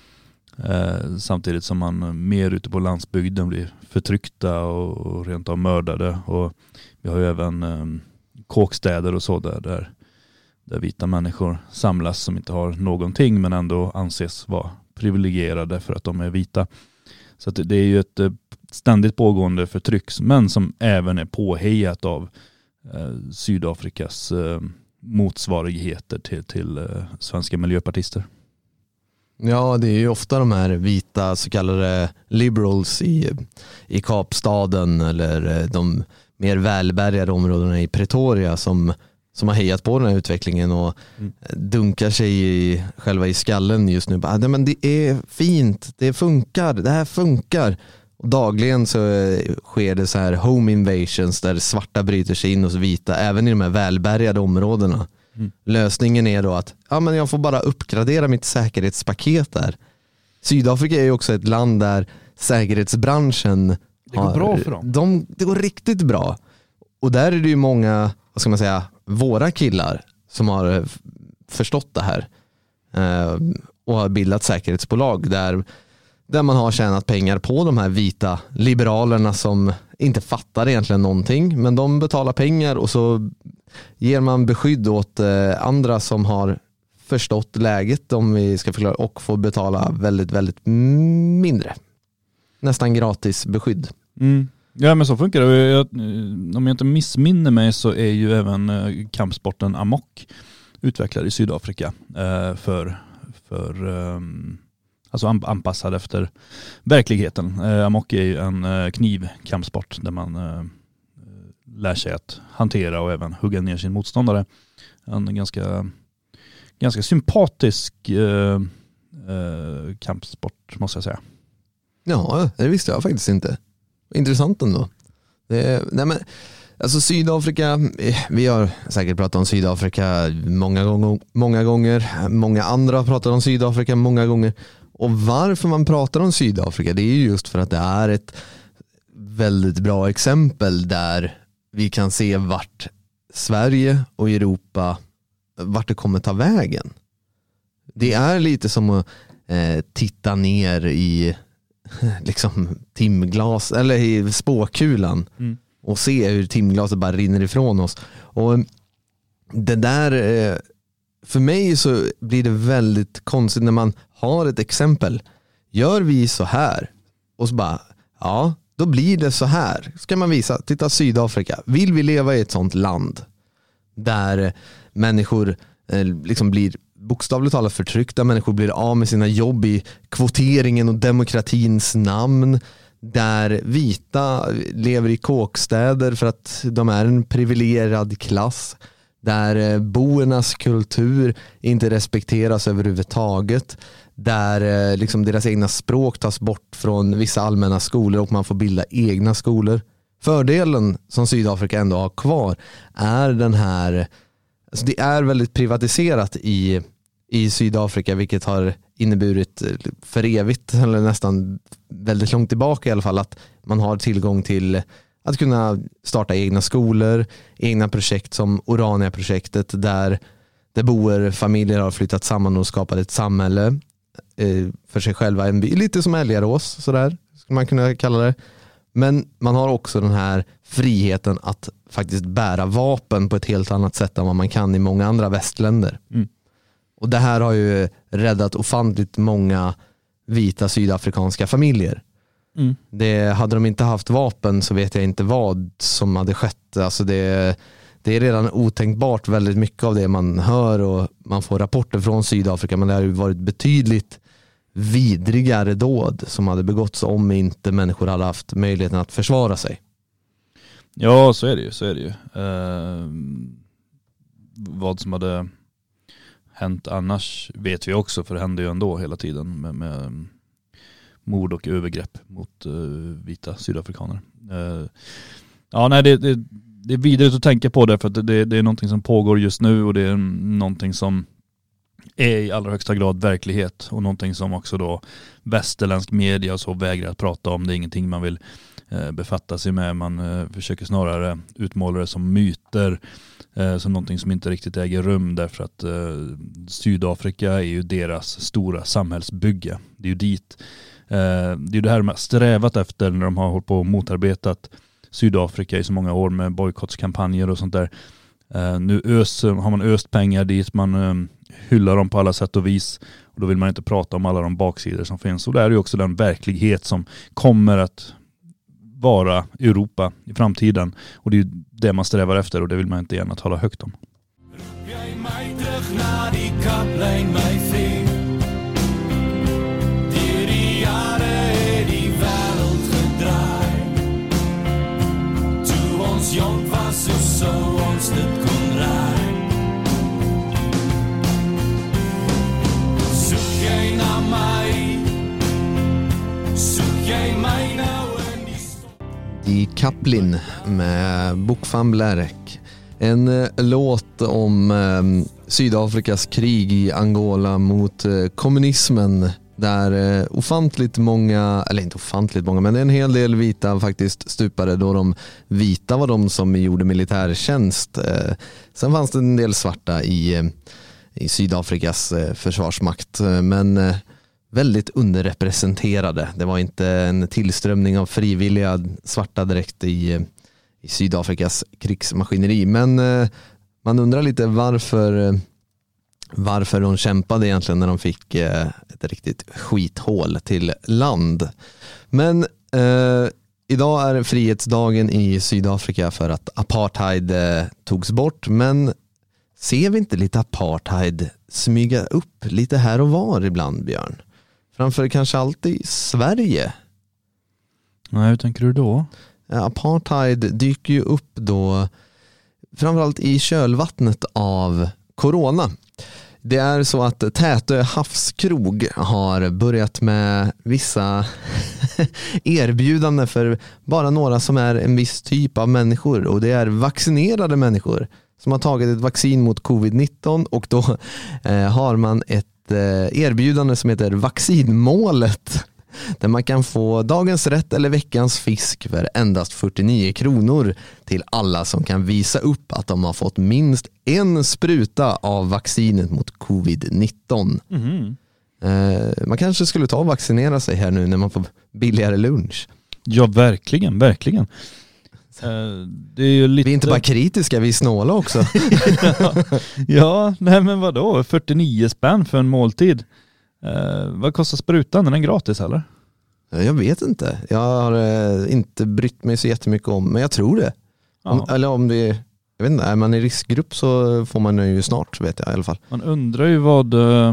Eh, samtidigt som man mer ute på landsbygden blir förtryckta och, och rent av mördade. Och vi har ju även eh, kåkstäder och så där, där där vita människor samlas som inte har någonting men ändå anses vara privilegierade för att de är vita. Så att det är ju ett ständigt pågående förtryck, men som även är påhejat av eh, Sydafrikas eh, motsvarigheter till, till eh, svenska miljöpartister. Ja, det är ju ofta de här vita så kallade liberals i, i Kapstaden eller de mer välbärgade områdena i Pretoria som som har hejat på den här utvecklingen och mm. dunkar sig i, själva i skallen just nu. Bara, men det är fint, det funkar, det här funkar. Och dagligen så sker det så här home invasions där svarta bryter sig in hos vita, även i de här välbärgade områdena. Mm. Lösningen är då att ja, men jag får bara uppgradera mitt säkerhetspaket där. Sydafrika är ju också ett land där säkerhetsbranschen det går har, bra för dem. De, det går riktigt bra. Och där är det ju många, vad ska man säga, våra killar som har förstått det här eh, och har bildat säkerhetsbolag där, där man har tjänat pengar på de här vita liberalerna som inte fattar egentligen någonting, men de betalar pengar och så ger man beskydd åt eh, andra som har förstått läget, om vi ska förklara, och får betala väldigt, väldigt mindre. Nästan gratis beskydd. Mm. Ja, men så funkar det. Jag, om jag inte missminner mig så är ju även kampsporten Amok utvecklad i Sydafrika eh, för, för eh, alltså anpassad efter verkligheten. Eh, Amok är ju en eh, knivkampsport där man eh, lär sig att hantera och även hugga ner sin motståndare. En ganska, ganska sympatisk eh, eh, kampsport måste jag säga. Ja, det visste jag faktiskt inte. Intressant ändå. Det, nej men, alltså Sydafrika, vi har säkert pratat om Sydafrika många gånger, många gånger. Många andra har pratat om Sydafrika många gånger. Och varför man pratar om Sydafrika, det är ju just för att det är ett väldigt bra exempel där vi kan se vart Sverige och Europa, vart det kommer ta vägen. Det är lite som att eh, titta ner i liksom timglas eller i spåkulan mm. och se hur timglaset bara rinner ifrån oss. Och det där, för mig så blir det väldigt konstigt när man har ett exempel. Gör vi så här och så bara, ja, då blir det så här. Ska man visa, titta Sydafrika. Vill vi leva i ett sånt land där människor liksom blir bokstavligt talat förtryckta, människor blir av med sina jobb i kvoteringen och demokratins namn, där vita lever i kåkstäder för att de är en privilegierad klass, där boernas kultur inte respekteras överhuvudtaget, där liksom deras egna språk tas bort från vissa allmänna skolor och man får bilda egna skolor. Fördelen som Sydafrika ändå har kvar är den här, alltså det är väldigt privatiserat i, i Sydafrika, vilket har inneburit för evigt, eller nästan väldigt långt tillbaka i alla fall, att man har tillgång till att kunna starta egna skolor, egna projekt som Orania-projektet, där, där boer, familjer har flyttat samman och skapat ett samhälle eh, för sig själva, en by, lite som Älgarås, sådär skulle man kunna kalla det. Men man har också den här friheten att faktiskt bära vapen på ett helt annat sätt än vad man kan i många andra västländer. Mm. Och det här har ju räddat ofantligt många vita sydafrikanska familjer. Mm. Det, hade de inte haft vapen så vet jag inte vad som hade skett. Alltså det, det är redan otänkbart väldigt mycket av det man hör och man får rapporter från Sydafrika, men det har ju varit betydligt vidrigare dåd som hade begåtts om inte människor hade haft möjligheten att försvara sig. Ja, så är det ju. Så är det ju. Eh, vad som hade hänt annars vet vi också, för det hände ju ändå hela tiden med, med mord och övergrepp mot eh, vita sydafrikaner. Eh, ja, nej, det, det, det är vidrigt att tänka på det, för att det, det är någonting som pågår just nu och det är någonting som är i allra högsta grad verklighet och någonting som också då västerländsk media så vägrar att prata om. Det är ingenting man vill eh, befatta sig med. Man eh, försöker snarare utmåla det som myter, eh, som någonting som inte riktigt äger rum, därför att eh, Sydafrika är ju deras stora samhällsbygge. Det är ju dit, eh, det är ju det här de har strävat efter när de har hållit på och motarbetat Sydafrika i så många år med bojkottskampanjer och sånt där. Uh, nu ös, har man öst pengar dit, man um, hyllar dem på alla sätt och vis, och då vill man inte prata om alla de baksidor som finns. Och det är ju också den verklighet som kommer att vara Europa i framtiden, och det är ju det man strävar efter, och det vill man inte gärna tala högt om. Jong was so so ons dit kon raai. Soek jy na my, soek jy my nou in die storm. Die Kaplin med Bokfam Blerek. En eh, låt om eh, Sydafrikas krig i Angola mot eh, kommunismen, där eh, ofantligt många, eller inte ofantligt många, men en hel del vita faktiskt stupade, då de vita var de som gjorde militärtjänst. Eh, sen fanns det en del svarta i, eh, i Sydafrikas eh, försvarsmakt, men eh, väldigt underrepresenterade. Det var inte en tillströmning av frivilliga svarta direkt i, eh, i Sydafrikas krigsmaskineri, men eh, man undrar lite varför eh, varför de kämpade egentligen när de fick eh, ett riktigt skithål till land. Men eh, idag är frihetsdagen i Sydafrika för att apartheid eh, togs bort, men ser vi inte lite apartheid smyga upp lite här och var ibland, Björn? Framför kanske alltid i Sverige. Nej, hur tänker du då? Eh, apartheid dyker ju upp då framförallt i kölvattnet av corona. Det är så att Tätö havskrog har börjat med vissa erbjudanden för bara några som är en viss typ av människor, och det är vaccinerade människor som har tagit ett vaccin mot covid nitton, och då eh, har man ett eh, erbjudande som heter vaccinmålet, där man kan få dagens rätt eller veckans fisk för endast fyrtionio kronor till alla som kan visa upp att de har fått minst en spruta av vaccinet mot covid nitton. Mm. Eh, man kanske skulle ta och vaccinera sig här nu när man får billigare lunch. Ja, verkligen, verkligen. Eh, det är ju lite... Vi är inte bara kritiska, vi är snåla också. ja, ja, nej men vadå? fyrtionio spänn för en måltid. Eh, vad kostar sprutan? Är den gratis eller? Jag vet inte. Jag har eh, inte brytt mig så jättemycket om, men jag tror det. Om, eller om det jag vet inte, är man i riskgrupp så får man ju snart, vet jag i alla fall. Man undrar ju vad eh,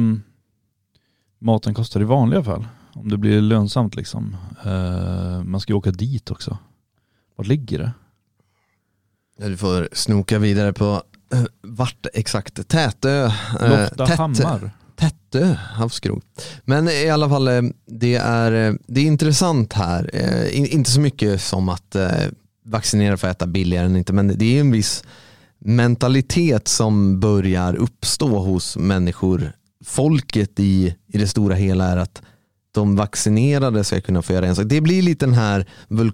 maten kostar i vanliga fall. Om det blir lönsamt liksom. Eh, man ska ju åka dit också. Var ligger det? Ja, du får snoka vidare på eh, vart exakt. Tätö. Eh, Loftahammar. Tätö havskrog. Men i alla fall, det är, det är intressant här. Inte så mycket som att vaccinera för att äta billigare än inte, men det är en viss mentalitet som börjar uppstå hos människor. Folket i, i det stora hela är att de vaccinerade ska kunna få göra en sak. Det blir lite den här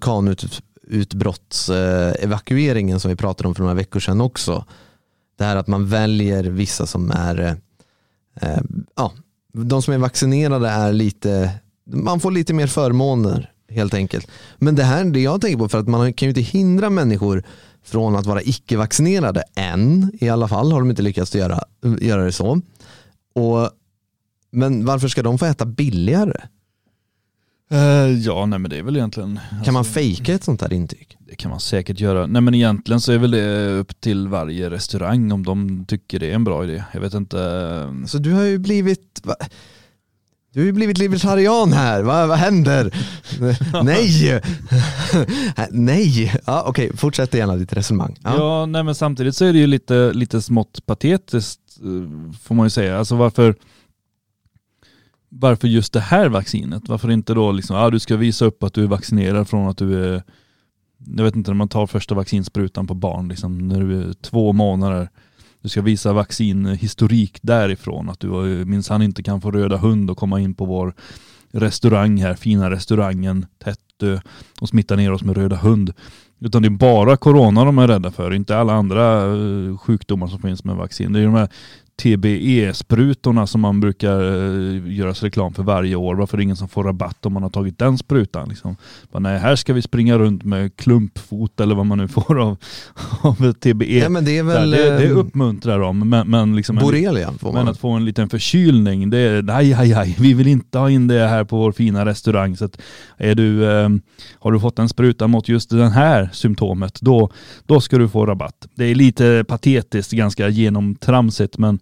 vulkanutbrottsevakueringen som vi pratade om för några veckor sedan också. Det här att man väljer vissa som är Uh, ja, de som är vaccinerade är lite, man får lite mer förmåner helt enkelt. Men det här, det jag tänker på, för att man kan ju inte hindra människor från att vara icke-vaccinerade än, i alla fall har de inte lyckats göra, göra det så. Och, men varför ska de få äta billigare? Uh, ja, nej men det är väl egentligen... Kan alltså, man fejka ett sånt här intyg? Det kan man säkert göra. Nej men egentligen så är väl det upp till varje restaurang om de tycker det är en bra idé. Jag vet inte... Så du har ju blivit... Va? Du har ju blivit libertarian här. Va, vad händer? Nej! Nej! Ja, okej, okay. Fortsätt gärna ditt resonemang. Ja. ja, nej men samtidigt så är det ju lite, lite smått patetiskt får man ju säga. Alltså varför... Varför just det här vaccinet? Varför inte då liksom, ja, du ska visa upp att du är vaccinerad från att du är, jag vet inte, när man tar första vaccinsprutan på barn liksom, när du är två månader. Du ska visa vaccinhistorik därifrån, att du minst han inte kan få röda hund och komma in på vår restaurang här, fina restaurangen dö och smitta ner oss med röda hund. Utan det är bara corona de är rädda för, inte alla andra uh, sjukdomar som finns med vaccin. Det är de här T B E-sprutorna som man brukar uh, göra reklam för varje år. Varför är det ingen som får rabatt om man har tagit den sprutan? Liksom. Bara, nej, här ska vi springa runt med klumpfot eller vad man nu får av, av T B E. Ja, men det, är väl, det, det uppmuntrar dem. Men, men, liksom borrelia får man. Men att få en liten förkylning, det är aj, aj, aj. Vi vill inte ha in det här på vår fina restaurang. Så att är du, eh, har du fått en spruta mot just den här symptomet, då, då ska du få rabatt. Det är lite patetiskt, ganska genomtramsigt, men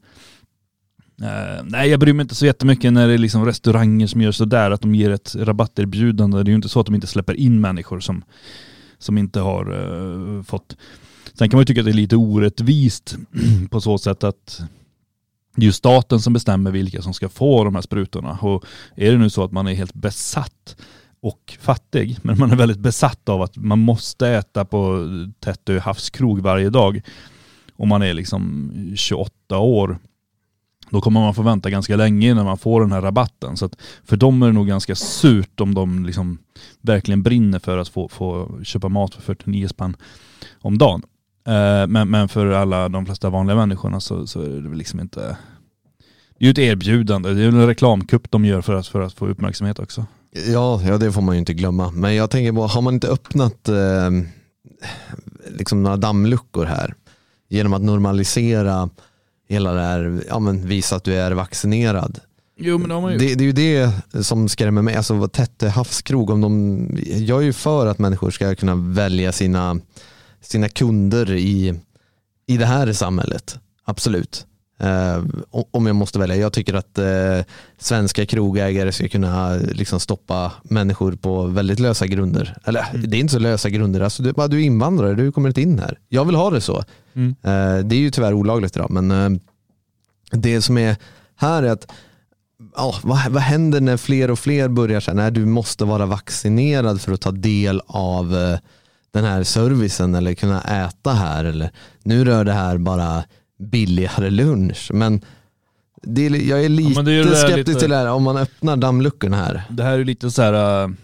Uh, nej, jag bryr mig inte så jättemycket när det är liksom restauranger som gör så där att de ger ett rabatterbjudande. Det är ju inte så att de inte släpper in människor som, som inte har uh, fått. Sen kan man ju tycka att det är lite orättvist på så sätt att det är ju staten som bestämmer vilka som ska få de här sprutorna. Och är det nu så att man är helt besatt och fattig, men man är väldigt besatt av att man måste äta på Tättö havskrog varje dag, och man är liksom tjugoåtta år, då kommer man få vänta ganska länge när man får den här rabatten. Så att för dem är det nog ganska surt om de liksom verkligen brinner för att få, få köpa mat för fyrtionio spänn om dagen. Eh, men, men för alla de flesta vanliga människorna så, så är det liksom inte... Det är ju ett erbjudande. Det är en reklamkupp de gör för att, för att få uppmärksamhet också. Ja, ja, det får man ju inte glömma. Men jag tänker på, har man inte öppnat eh, liksom några dammluckor här genom att normalisera hela det här, ja, men visa att du är vaccinerad. Jo, men de har ju... det, det är ju det som skrämmer mig. Alltså Tättö havskrog, om de, jag är ju för att människor ska kunna välja sina, sina kunder i, i det här samhället. Absolut. Eh, om jag måste välja. Jag tycker att eh, svenska krogägare ska kunna liksom stoppa människor på väldigt lösa grunder. Eller mm. det är inte så lösa grunder. Alltså, du, du är invandrare, du kommer inte in här. Jag vill ha det så. Mm. Eh, det är ju tyvärr olagligt idag, men eh, det som är här är att ja, vad, vad händer när fler och fler börjar säga nej, du måste vara vaccinerad för att ta del av eh, den här servicen eller kunna äta här, eller nu rör det här bara billigare lunch. Men det är, jag är lite ja, är skeptisk lite, till det här om man öppnar dammluckorna här. Det här är lite så här äh,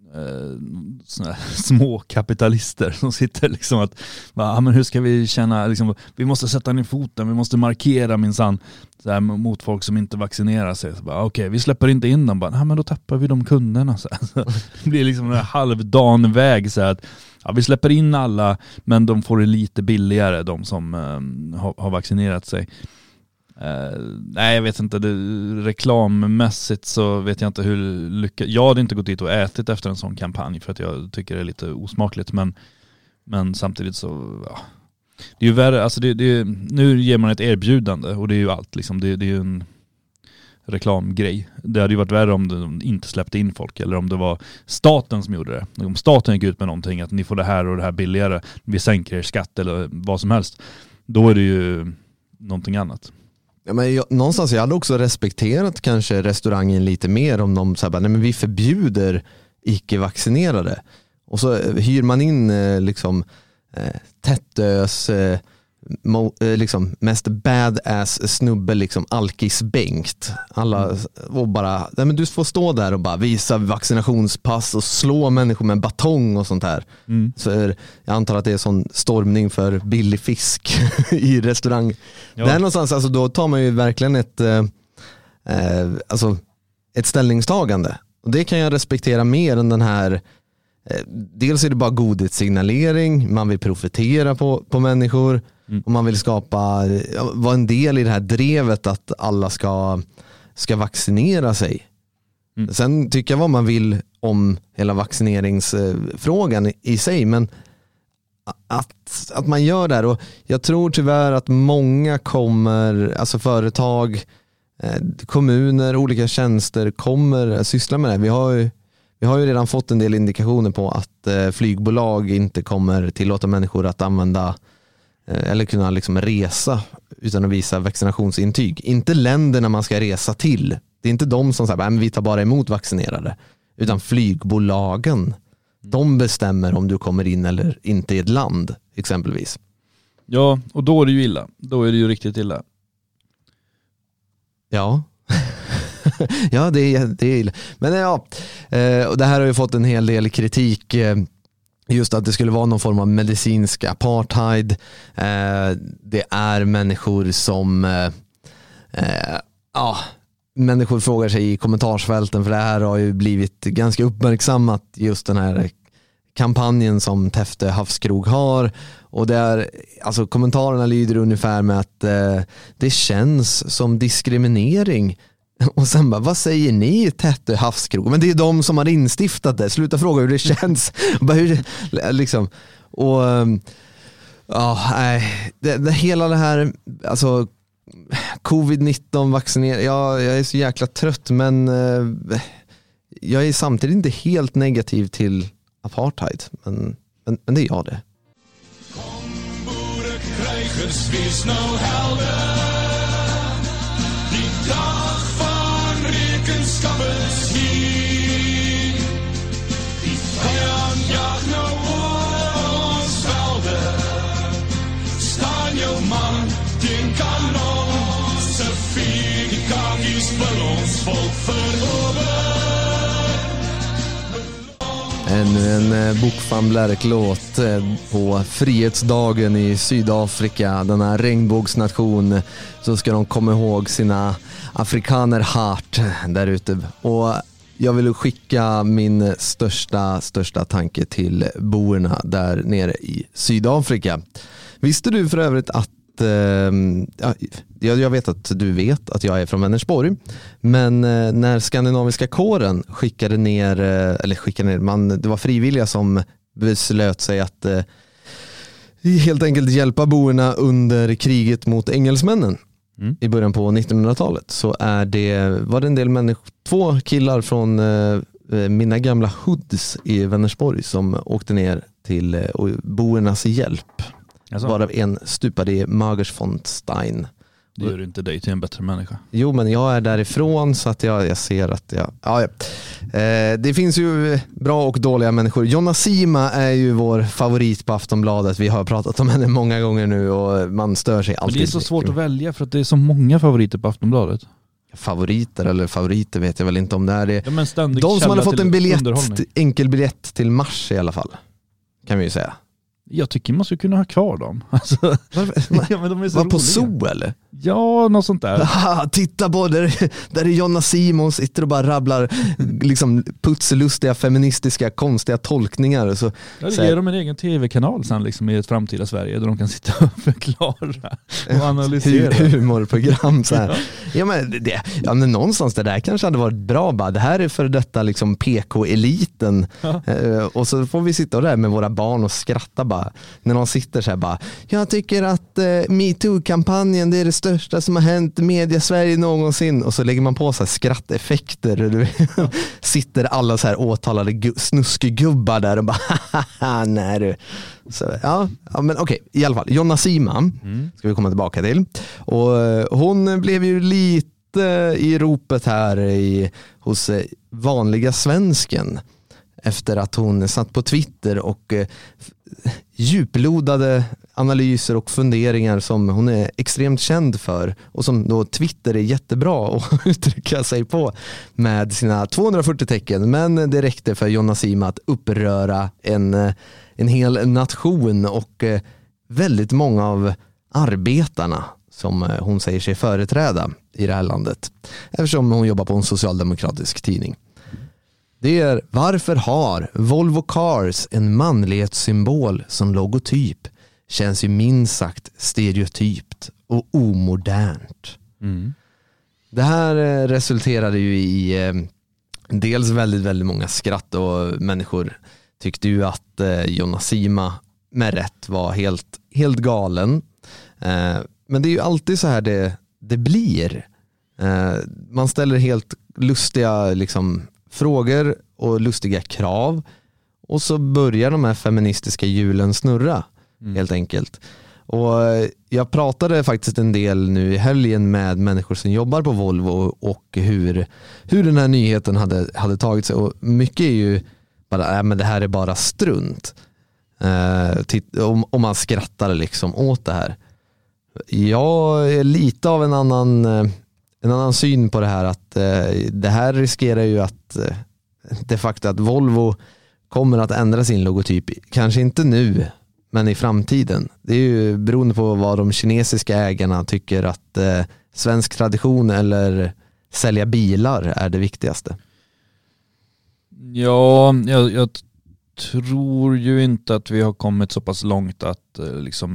såna här små kapitalister som sitter liksom att va, men hur ska vi känna liksom, vi måste sätta ner foten, vi måste markera minsann så här, mot folk som inte vaccinerar sig. Okej, okay, vi släpper inte in dem. Bara, men då tappar vi de kunderna. Så här. Det blir liksom en halvdan väg så här, att ja, vi släpper in alla, men de får det lite billigare, de som eh, har, har vaccinerat sig. Eh, nej, jag vet inte. Det, reklammässigt så vet jag inte hur lyckat. Jag hade inte gått dit och ätit efter en sån kampanj för att jag tycker det är lite osmakligt. Men, men samtidigt så... Ja. Det är ju värre. Alltså det, det, nu ger man ett erbjudande och det är ju allt. Liksom. Det, det är ju en reklamgrej. Det hade ju varit värre om de inte släppte in folk eller om det var staten som gjorde det. Om staten gick ut med någonting att ni får det här och det här billigare, vi sänker er skatt eller vad som helst, då är det ju någonting annat. Ja, men jag, någonstans jag hade också respekterat kanske restaurangen lite mer om de så här, nej men vi förbjuder icke-vaccinerade och så hyr man in eh, liksom eh, Tättös eh, Mo, eh, liksom mest badass snubbe, liksom Alkis Bengt. Alla och bara, nej men du får stå där och bara visa vaccinationspass och slå människor med batong och sånt här. Mm. Så är, jag antar att det är sån stormning för billig fisk i restaurang. Ja. Där någonstans, alltså då tar man ju verkligen ett eh, eh, alltså ett ställningstagande. Och det kan jag respektera mer än den här eh, dels är det bara godhetssignalering, man vill profitera på, på människor. Mm. Och man vill skapa, vara en del i det här drevet att alla ska, ska vaccinera sig. Mm. Sen tycker jag vad man vill om hela vaccineringsfrågan i sig, men att, att man gör det här. Och jag tror tyvärr att många kommer, alltså företag, kommuner, olika tjänster kommer syssla med det. Vi har ju, vi har ju redan fått en del indikationer på att flygbolag inte kommer tillåta människor att använda eller kunna liksom resa utan att visa vaccinationsintyg. Inte länderna man ska resa till. Det är inte de som säger att vi tar bara emot vaccinerade. Utan flygbolagen. De bestämmer om du kommer in eller inte i ett land exempelvis. Ja, och då är det ju illa. Då är det ju riktigt illa. Ja. ja, det är, det är men ja, och det här har ju fått en hel del kritik, just att det skulle vara någon form av medicinsk apartheid. Det är människor som ja, människor frågar sig i kommentarsfälten, för det här har ju blivit ganska uppmärksammat, just den här kampanjen som Täfte havskrog har, och där, alltså kommentarerna lyder ungefär med att eh, det känns som diskriminering, och sen bara, vad säger ni Täfte havskrog? Men det är de som har instiftat det, sluta fråga hur det känns. bara hur, liksom, och ja, nej, det, det, hela det här, alltså covid nitton vaccinering, ja, jag är så jäkla trött, men eh, jag är samtidigt inte helt negativ till apartheid, men, men, men det är jag det. Kom boerenkrijgers, wees nou helder. Die dag van rekenskap is hier. Die vijand jaagt nou oor ons velden. Staan jou man, den kanon. Se vier die kakies vir ons volk verover. Ännu en bokfamlärklåt på frihetsdagen i Sydafrika, denna regnbågsnation, så ska de komma ihåg sina afrikaner hart där ute. Och jag vill skicka min största, största tanke till boerna där nere i Sydafrika. Visste du för övrigt att Ja, jag vet att du vet att jag är från Vänersborg, men när skandinaviska kåren skickade ner, eller skickade ner, man, det var frivilliga som beslöt sig att eh, helt enkelt hjälpa boerna under kriget mot engelsmännen mm. i början på nittonhundratalet, så är det, var det en del människor, två killar från eh, mina gamla hoods i Vänersborg som åkte ner till eh, boernas hjälp. Alltså. Varav en stupade i Magersfontein. Det gör inte dig till en bättre människa. Jo, men jag är därifrån, så att jag, jag ser att jag... Ja, ja. Eh, det finns ju bra och dåliga människor. Jonna Sima är ju vår favorit på Aftonbladet. Vi har pratat om henne många gånger nu och man stör sig alltid. Men det är så svårt att välja för att det är så många favoriter på Aftonbladet. Favoriter eller favoriter vet jag väl inte om det är. Det. Ja, men de som hade fått en biljett, enkel biljett till mars i alla fall, kan vi ju säga. Jag tycker man skulle kunna ha kvar dem. Alltså, ja, men de är så var roliga. På zoo eller? Ja, något sånt där. Aha, titta på där, där är Jonna Simon sitter och bara rabblar liksom putslustiga, feministiska, konstiga tolkningar. Så, ja, det ger dem en egen tv-kanal sen liksom, i ett framtida Sverige där de kan sitta och förklara och analysera. Humorprogram så här. Ja, men det, ja, men någonstans det där kanske hade varit bra. Bara. Det här är för detta liksom P K-eliten. Ja. Uh, och så får vi sitta där med våra barn och skratta bara. När de sitter så här bara, jag tycker att eh, MeToo-kampanjen, det är det största som har hänt i media Sverige någonsin, och så lägger man på så här skratteffekter. Ja. Sitter alla så här åtalade gu- snuskegubbar där och bara haha, nej du. Så, ja, ja, men okej, i alla fall Jonna Sima mm. ska vi komma tillbaka till, och eh, hon blev ju lite i ropet här i, hos eh, vanliga svensken efter att hon satt på Twitter och eh, djuplodade analyser och funderingar som hon är extremt känd för, och som då Twitter är jättebra att uttrycka sig på med sina tvåhundrafyrtio tecken, men det räckte för Jonna Sima att uppröra en, en hel nation och eh, väldigt många av arbetarna som hon säger sig företräda i det här landet, eftersom hon jobbar på en socialdemokratisk tidning. Det är, varför har Volvo Cars en manlighetssymbol som logotyp? Känns ju minst sagt stereotypt och omodernt. Mm. Det här resulterade ju i eh, dels väldigt, väldigt många skratt, och människor tyckte ju att eh, Jonna Sima med rätt var helt, helt galen. Eh, men det är ju alltid så här det, det blir. Eh, man ställer helt lustiga liksom frågor och lustiga krav, och så börjar de här feministiska hjulen snurra mm. helt enkelt. Och jag pratade faktiskt en del nu i helgen med människor som jobbar på Volvo och hur, hur den här nyheten hade, hade tagit sig, och mycket är ju bara, äh, men det här är bara strunt. Uh, titt, om, om man skrattar liksom åt det här. Jag är lite av en annan en annan syn på det här, att eh, det här riskerar ju att eh, det faktum att Volvo kommer att ändra sin logotyp, kanske inte nu men i framtiden. Det är ju beroende på vad de kinesiska ägarna tycker att eh, svensk tradition eller sälja bilar är det viktigaste. Ja, jag, jag tror ju inte att vi har kommit så pass långt att eh, liksom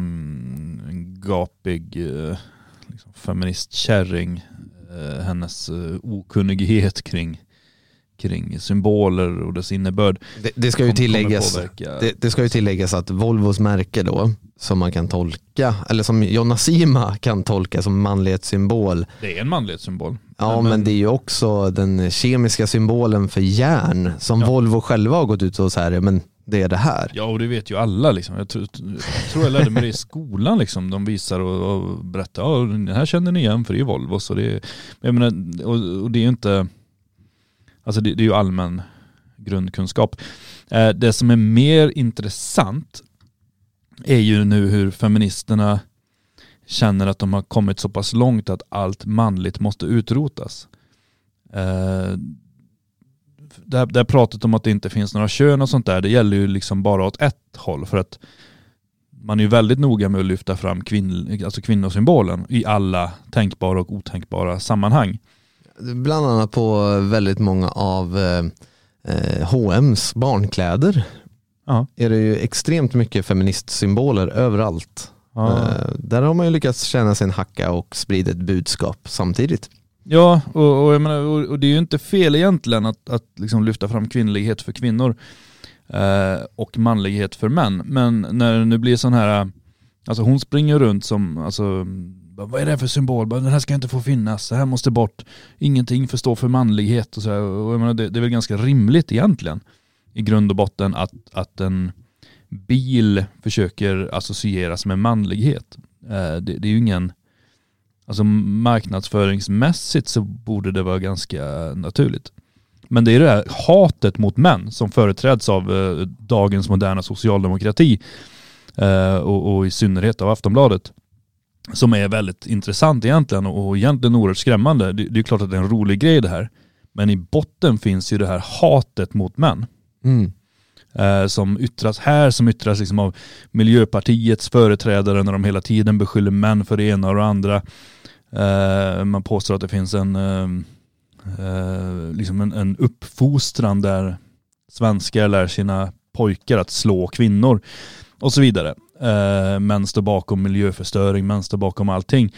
en gapig eh, liksom feministkärring, eh, hennes eh, okunnighet kring kring symboler och dess innebörd. Det, det ska ju tilläggas det, det ska ju tilläggas att Volvos märke då, som man kan tolka, eller som Jonasima kan tolka som manlighetssymbol. Det är en manlighetssymbol. Ja, men, men det är ju också den kemiska symbolen för järn som ja. Volvo själva har gått ut och så här, men det är det här. Ja, och det vet ju alla liksom. Jag tror jag, tror jag lärde mig det i skolan liksom. De visar och, och berättar, ja, det här känner ni igen för det är Volvo. Så det är, jag menar, och, och det är ju inte, alltså det, det är ju allmän grundkunskap. Eh, det som är mer intressant är ju nu hur feministerna känner att de har kommit så pass långt att allt manligt måste utrotas. Eh, det, här, det här pratet om att det inte finns några kön och sånt där, det gäller ju liksom bara åt ett håll, för att man är ju väldigt noga med att lyfta fram kvinn, alltså kvinnosymbolen i alla tänkbara och otänkbara sammanhang. Bland annat på väldigt många av eh, H och M's barnkläder. Ja. Är det ju extremt mycket feministsymboler överallt. Ja. Eh, där har man ju lyckats känna sin hacka och sprida ett budskap samtidigt. Ja, och, och, jag menar, och, och det är ju inte fel egentligen att, att liksom lyfta fram kvinnlighet för kvinnor eh, och manlighet för män. Men när det nu blir sån här, alltså hon springer runt som, alltså, vad är det för symbol? Den här ska inte få finnas, det här måste bort. Ingenting får stå för manlighet och så här. Och jag menar, det, det är väl ganska rimligt egentligen i grund och botten att, att en bil försöker associeras med manlighet. Eh, det, det är ju ingen, alltså marknadsföringsmässigt så borde det vara ganska naturligt. Men det är det här hatet mot män som företräds av eh, dagens moderna socialdemokrati eh, och, och i synnerhet av Aftonbladet, som är väldigt intressant egentligen och, och egentligen oerhört skrämmande. Det, det är klart att det är en rolig grej det här. Men i botten finns ju det här hatet mot män. Mm. Eh, som yttras här, som yttras liksom av Miljöpartiets företrädare när de hela tiden beskyller män för det ena och det andra. Eh, man påstår att det finns en, eh, eh, liksom en, en uppfostran där svenskar lär sina pojkar att slå kvinnor och så vidare. Eh, män står bakom miljöförstöring, män står bakom allting.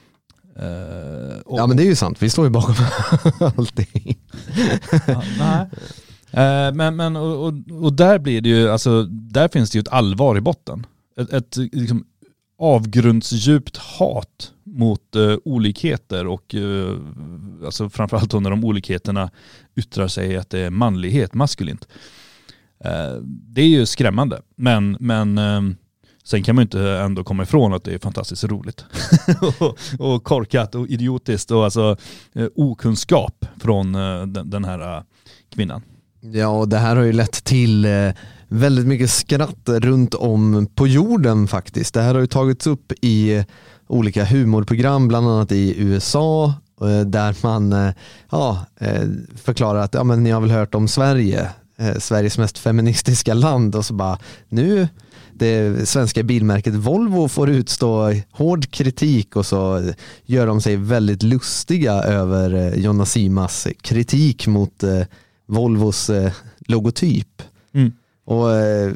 Eh, och, ja, men det är ju sant, vi står ju bakom allting. Ja, nej. Eh, men men och, och, och där blir det ju, alltså där finns det ju ett allvar i botten. Ett, ett liksom avgrundsdjupt hat mot uh, olikheter och uh, alltså framförallt då när de olikheterna yttrar sig att det är manlighet, maskulint. Uh, det är ju skrämmande. Men, men uh, sen kan man ju inte ändå komma ifrån att det är fantastiskt roligt. och, och korkat och idiotiskt och alltså uh, okunskap från uh, den, den här uh, kvinnan. Ja, och det här har ju lett till uh, väldigt mycket skratt runt om på jorden faktiskt. Det här har ju tagits upp i olika humorprogram, bland annat i U S A, där man ja, förklarar att ja, men ni har väl hört om Sverige, Sveriges mest feministiska land, och så bara nu det svenska bilmärket Volvo får utstå hård kritik, och så gör de sig väldigt lustiga över Jonasimas kritik mot Volvos logotyp. Mm. Och eh,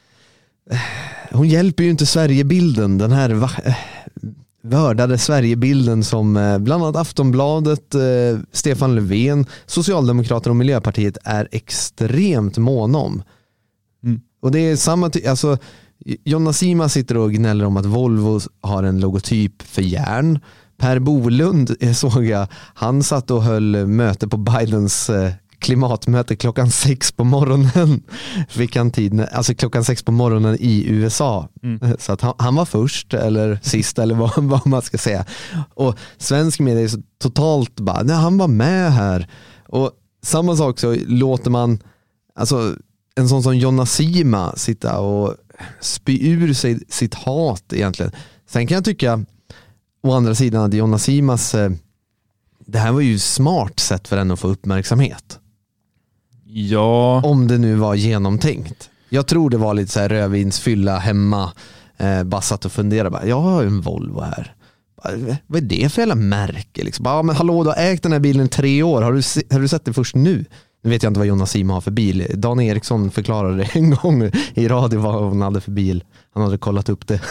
hon hjälper ju inte Sverigebilden, den här va- värdade Sverigebilden som eh, bland annat Aftonbladet, eh, Stefan Löfven, Socialdemokraterna och Miljöpartiet är extremt måna om. Mm. Och det är samma ty- alltså Jonasima sitter och gnäller om att Volvo har en logotyp för järn. Per Bolund, jag såg jag, han satt och höll möte på Bidens eh, klimatmöte klockan sex på morgonen. Fick han tid, alltså klockan sex på morgonen i U S A. Mm. Så att han, han var först eller sist eller vad, vad man ska säga. Och svensk media är så totalt bara, nej, han var med här. Och samma sak så låter man alltså en sån som Jonasima sitta och spy ur sig sitt hat egentligen. Sen kan jag tycka å andra sidan att Jonasimas det här var ju smart sätt för henne att få uppmärksamhet. Ja. Om det nu var genomtänkt. Jag tror det var lite så här rödvinsfylla hemma. Eh, bara satt och funderade. Bara, jag har ju en Volvo här. Bara, vad är det för jävla märke? Liksom? Bara, men hallå, du har ägt den här bilen i tre år. Har du, se, har du sett det först nu? Nu vet jag inte vad Jonna Sima har för bil. Dan Eriksson förklarade det en gång i radio vad hon hade för bil. Han hade kollat upp det.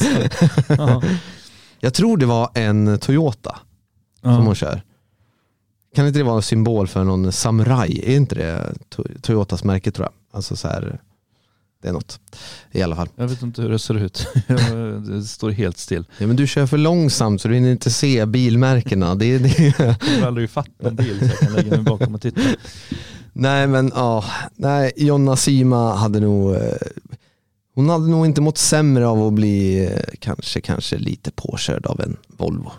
Jag tror det var en Toyota som uh-huh. hon kör. Kan inte det vara en symbol för någon samurai? Är inte det Toyotas märke, tror jag? Alltså så här, det är något i alla fall. Jag vet inte hur det ser ut. Det står helt still. Ja, men du kör för långsamt så du hinner inte se bilmärkena. Det är det. Jag har aldrig fattat en bil så jag kan lägga mig bakom och titta. Nej, men ja, nej, Jonna Sima hade nog hon hade nog inte mått sämre av att bli kanske kanske lite påkörd av en Volvo.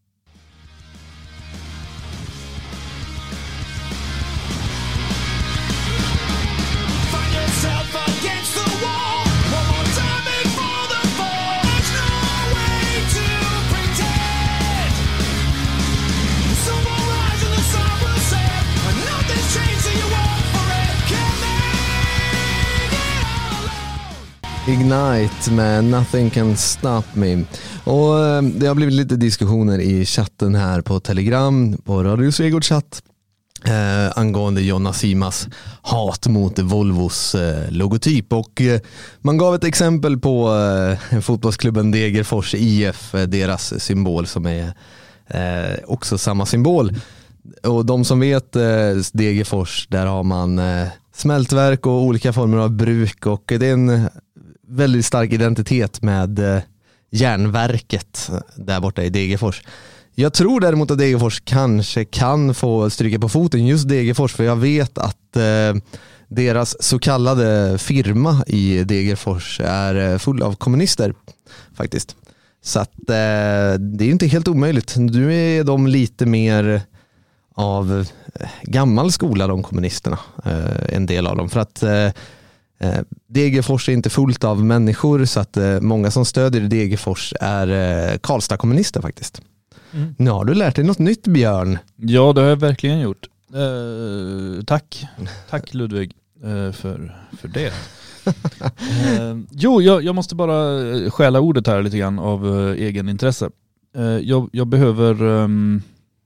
Ignite med Nothing Can Stop Me. Och det har blivit lite diskussioner i chatten här på Telegram, på Radio Svegot chatt eh, angående Jonna Simas hat mot Volvos eh, logotyp. Och eh, man gav ett exempel på eh, fotbollsklubben Degerfors I F, eh, deras symbol som är eh, också samma symbol. Och de som vet eh, Degerfors, där har man eh, smältverk och olika former av bruk, och det är en väldigt stark identitet med eh, järnverket där borta i Degerfors. Jag tror däremot att Degerfors kanske kan få stryka på foten just Degerfors, för jag vet att eh, deras så kallade firma i Degerfors är full av kommunister faktiskt. Så att eh, det är inte helt omöjligt. Nu är de lite mer av gammal skola, de kommunisterna, eh, en del av dem, för att eh, Degerfors är inte fullt av människor, så att eh, många som stödjer Degerfors är eh, Karlstad-kommunister faktiskt. Mm. Nu har du lärt dig något nytt, Björn. Ja, det har jag verkligen gjort. Eh, tack. Tack Ludvig eh, för, för det. eh, jo, jag, jag måste bara stjäla ordet här lite grann av eh, egen intresse. Eh, jag, jag behöver um,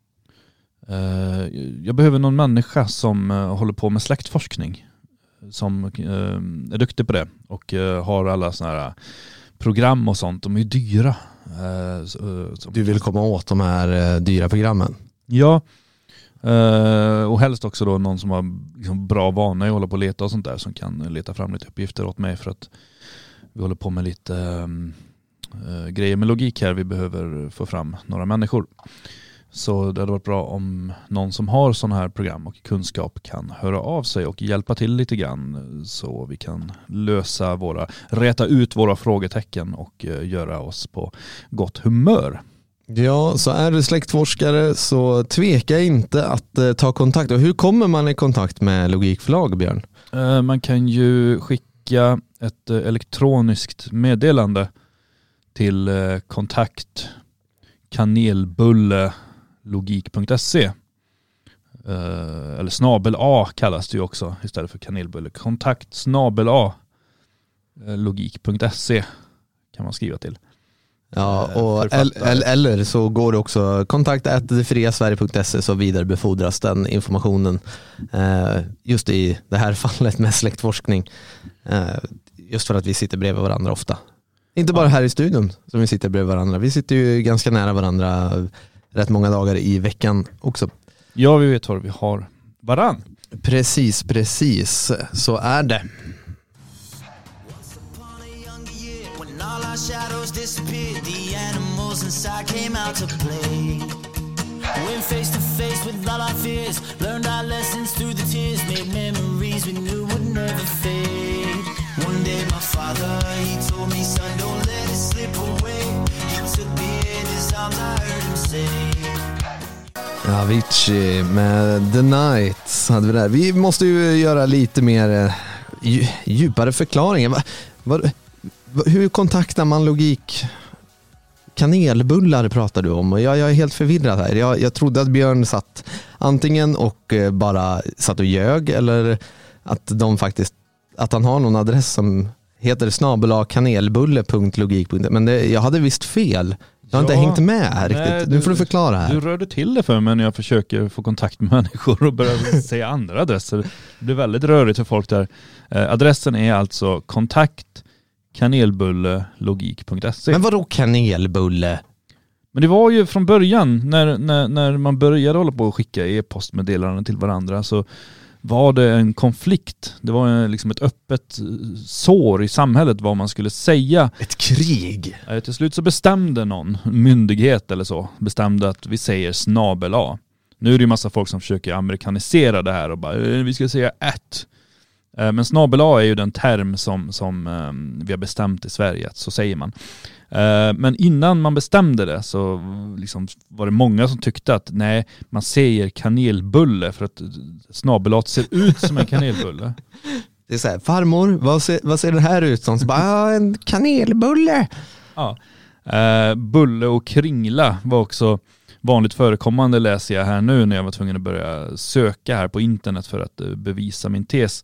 eh, jag behöver någon människa som eh, håller på med släktforskning, som eh, är duktig på det och eh, har alla såna här program och sånt. De är ju dyra. Eh, så, så. Du vill komma åt de här eh, dyra programmen? Ja, eh, och helst också då någon som har liksom bra vana i att hålla på och leta och sånt där, som kan leta fram lite uppgifter åt mig, för att vi håller på med lite eh, grejer med logik här. Vi behöver få fram några människor. Så det hade varit bra om någon som har sådana här program och kunskap kan höra av sig och hjälpa till lite grann, så vi kan lösa våra, räta ut våra frågetecken och uh, göra oss på gott humör. Ja, så är du släktforskare så tveka inte att uh, ta kontakt. Och hur kommer man i kontakt med Logikförlag, Björn? Uh, man kan ju skicka ett uh, elektroniskt meddelande till uh, kontakt kanelbulle logik punkt se, uh, eller snabel A kallas det ju också istället för kanelbulle. Kontakt snabel A uh, logik punkt se kan man skriva till. Ja, och eller, eller så går det också kontakt at detfriasverige punkt se, så vidarebefordras den informationen uh, just i det här fallet med släktforskning, uh, just för att vi sitter bredvid varandra ofta. Inte bara här i studion som vi sitter bredvid varandra. Vi sitter ju ganska nära varandra rätt många dagar i veckan också. Ja, vi vet var vi har varann. Precis, precis. Så är det. One day my father, he told me, son, don't let it slip away. He took me in his arms, I heard him say. Avicii med The Nights hade vi där. Vi måste ju göra lite mer djupare förklaringar. Va, va, hur kontaktar man logik kanelbullar pratar du om och jag, jag är helt förvirrad här. Jag, jag trodde att Björn satt antingen och bara satt och ljög eller att de faktiskt att han har någon adress som heter snabel-a kanelbulle punkt logik punkt se. Men det, jag hade visst fel. Jag har ja, inte hängt med här riktigt. Nej, nu får du förklara här. Du rörde till det för mig när jag försöker få kontakt med människor och börja säga andra adresser. Det blir väldigt rörigt för folk där. Eh, adressen är alltså kontakt kanelbulle logik punkt se. Men vadå kanelbulle? Men det var ju från början när, när, när man började hålla på att skicka e-postmeddelanden till varandra så var det en konflikt. Det var en, liksom ett öppet sår i samhället vad man skulle säga. Ett krig. Till slut så bestämde någon myndighet eller så bestämde att vi säger snabel A. Nu är det ju massa folk som försöker amerikanisera det här och bara vi ska säga ett. Men snabel A är ju den term som, som vi har bestämt i Sverige, så säger man. Men innan man bestämde det så liksom var det många som tyckte att nej, man säger kanelbulle för att snabelat ser ut som en kanelbulle. Det är så här, farmor, vad ser, vad ser det här ut som? Så bara, en kanelbulle. Ja. Bulle och kringla var också vanligt förekommande, läser jag här nu när jag var tvungen att börja söka här på internet för att bevisa min tes.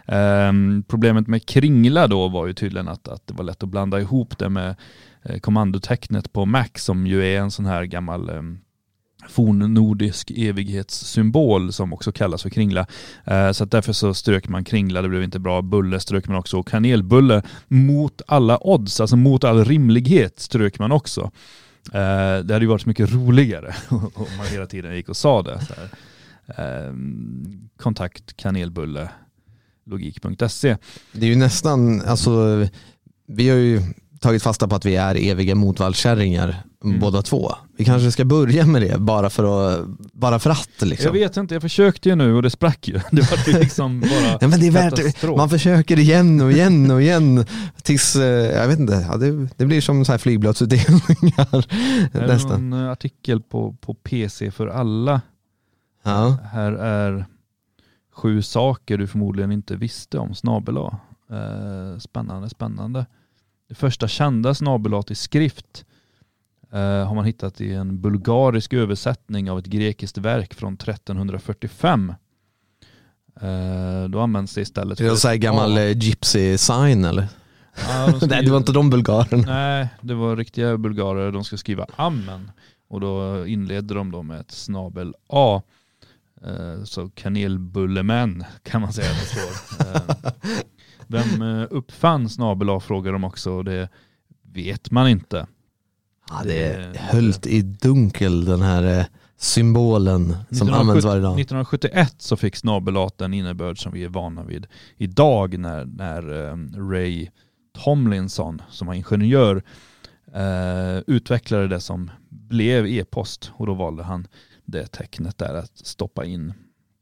Um, problemet med kringla då var ju tydligen att, att det var lätt att blanda ihop det med eh, kommandotecknet på Mac som ju är en sån här gammal eh, fornnordisk evighetssymbol som också kallas för kringla. Uh, så att därför så strök man kringla, det blev inte bra. Bulle strök man också, och kanelbulle mot alla odds, alltså mot all rimlighet strök man också. Uh, det hade ju varit mycket roligare om man hela tiden gick och sa det. Så här. Uh, kontakt kanelbulle logik punkt se. Det är ju nästan, alltså vi har ju tagit fasta på att vi är eviga motvallskärringar mm. båda två. Vi kanske ska börja med det bara för att bara för att liksom. Jag vet inte, jag försökte ju nu och det sprack ju. Det var ju liksom bara ja, men det är värt, man försöker igen och igen och igen tills, jag vet inte, ja, det, det blir som så här flygbladsutdelningar. Är det någon artikel på, på P C för alla? Ja. Här är sju saker du förmodligen inte visste om snabel-a. Eh, spännande, spännande. Det första kända snabelat i skrift eh, har man hittat i en bulgarisk översättning av ett grekiskt verk från tretton fyrtiofem. Eh, då används det istället för... Det är så här gammal A. gypsy sign eller? Ja, de skriver, nej, det var inte de bulgarerna. Nej, det var riktiga bulgarer. De ska skriva amen. Och då inleder de då med ett snabel A. Så kanelbullemän kan man säga att det står. Vem uppfann snabel-a frågar de också, och det vet man inte. Ja, det är höljt i dunkel den här symbolen som används varje dag. nittonhundrasjuttioett så fick snabel-a den innebörd som vi är vana vid idag när, när Ray Tomlinson som var ingenjör utvecklade det som blev e-post, och då valde han det tecknet där att stoppa in.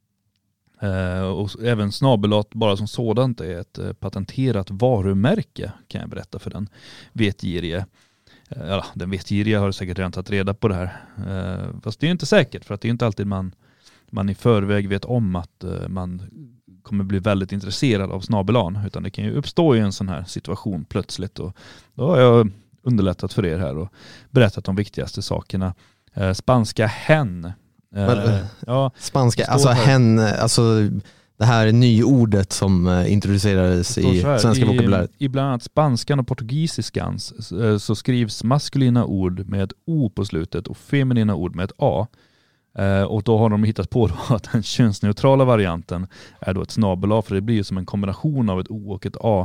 Uh, och även snabelat bara som sådant är ett uh, patenterat varumärke, kan jag berätta för den vetgirige. Uh, ja, den vetgirige har säkert redan tagit reda på det här. Uh, fast det är inte säkert, för att det är inte alltid man, man i förväg vet om att uh, man kommer bli väldigt intresserad av snabelan, utan det kan ju uppstå i en sån här situation plötsligt. Och då har jag underlättat för er här och berättat de viktigaste sakerna. Uh, spanska hen. Uh, ja, spanska, alltså hen, alltså det här nyordet som uh, introducerades i här, svenska vokabuläret. I bland annat spanskan och portugisiskan uh, så skrivs maskulina ord med ett O på slutet och feminina ord med ett A. Uh, och då har de hittat på då att den könsneutrala varianten är då ett snabel-a, för det blir ju som en kombination av ett O och ett A.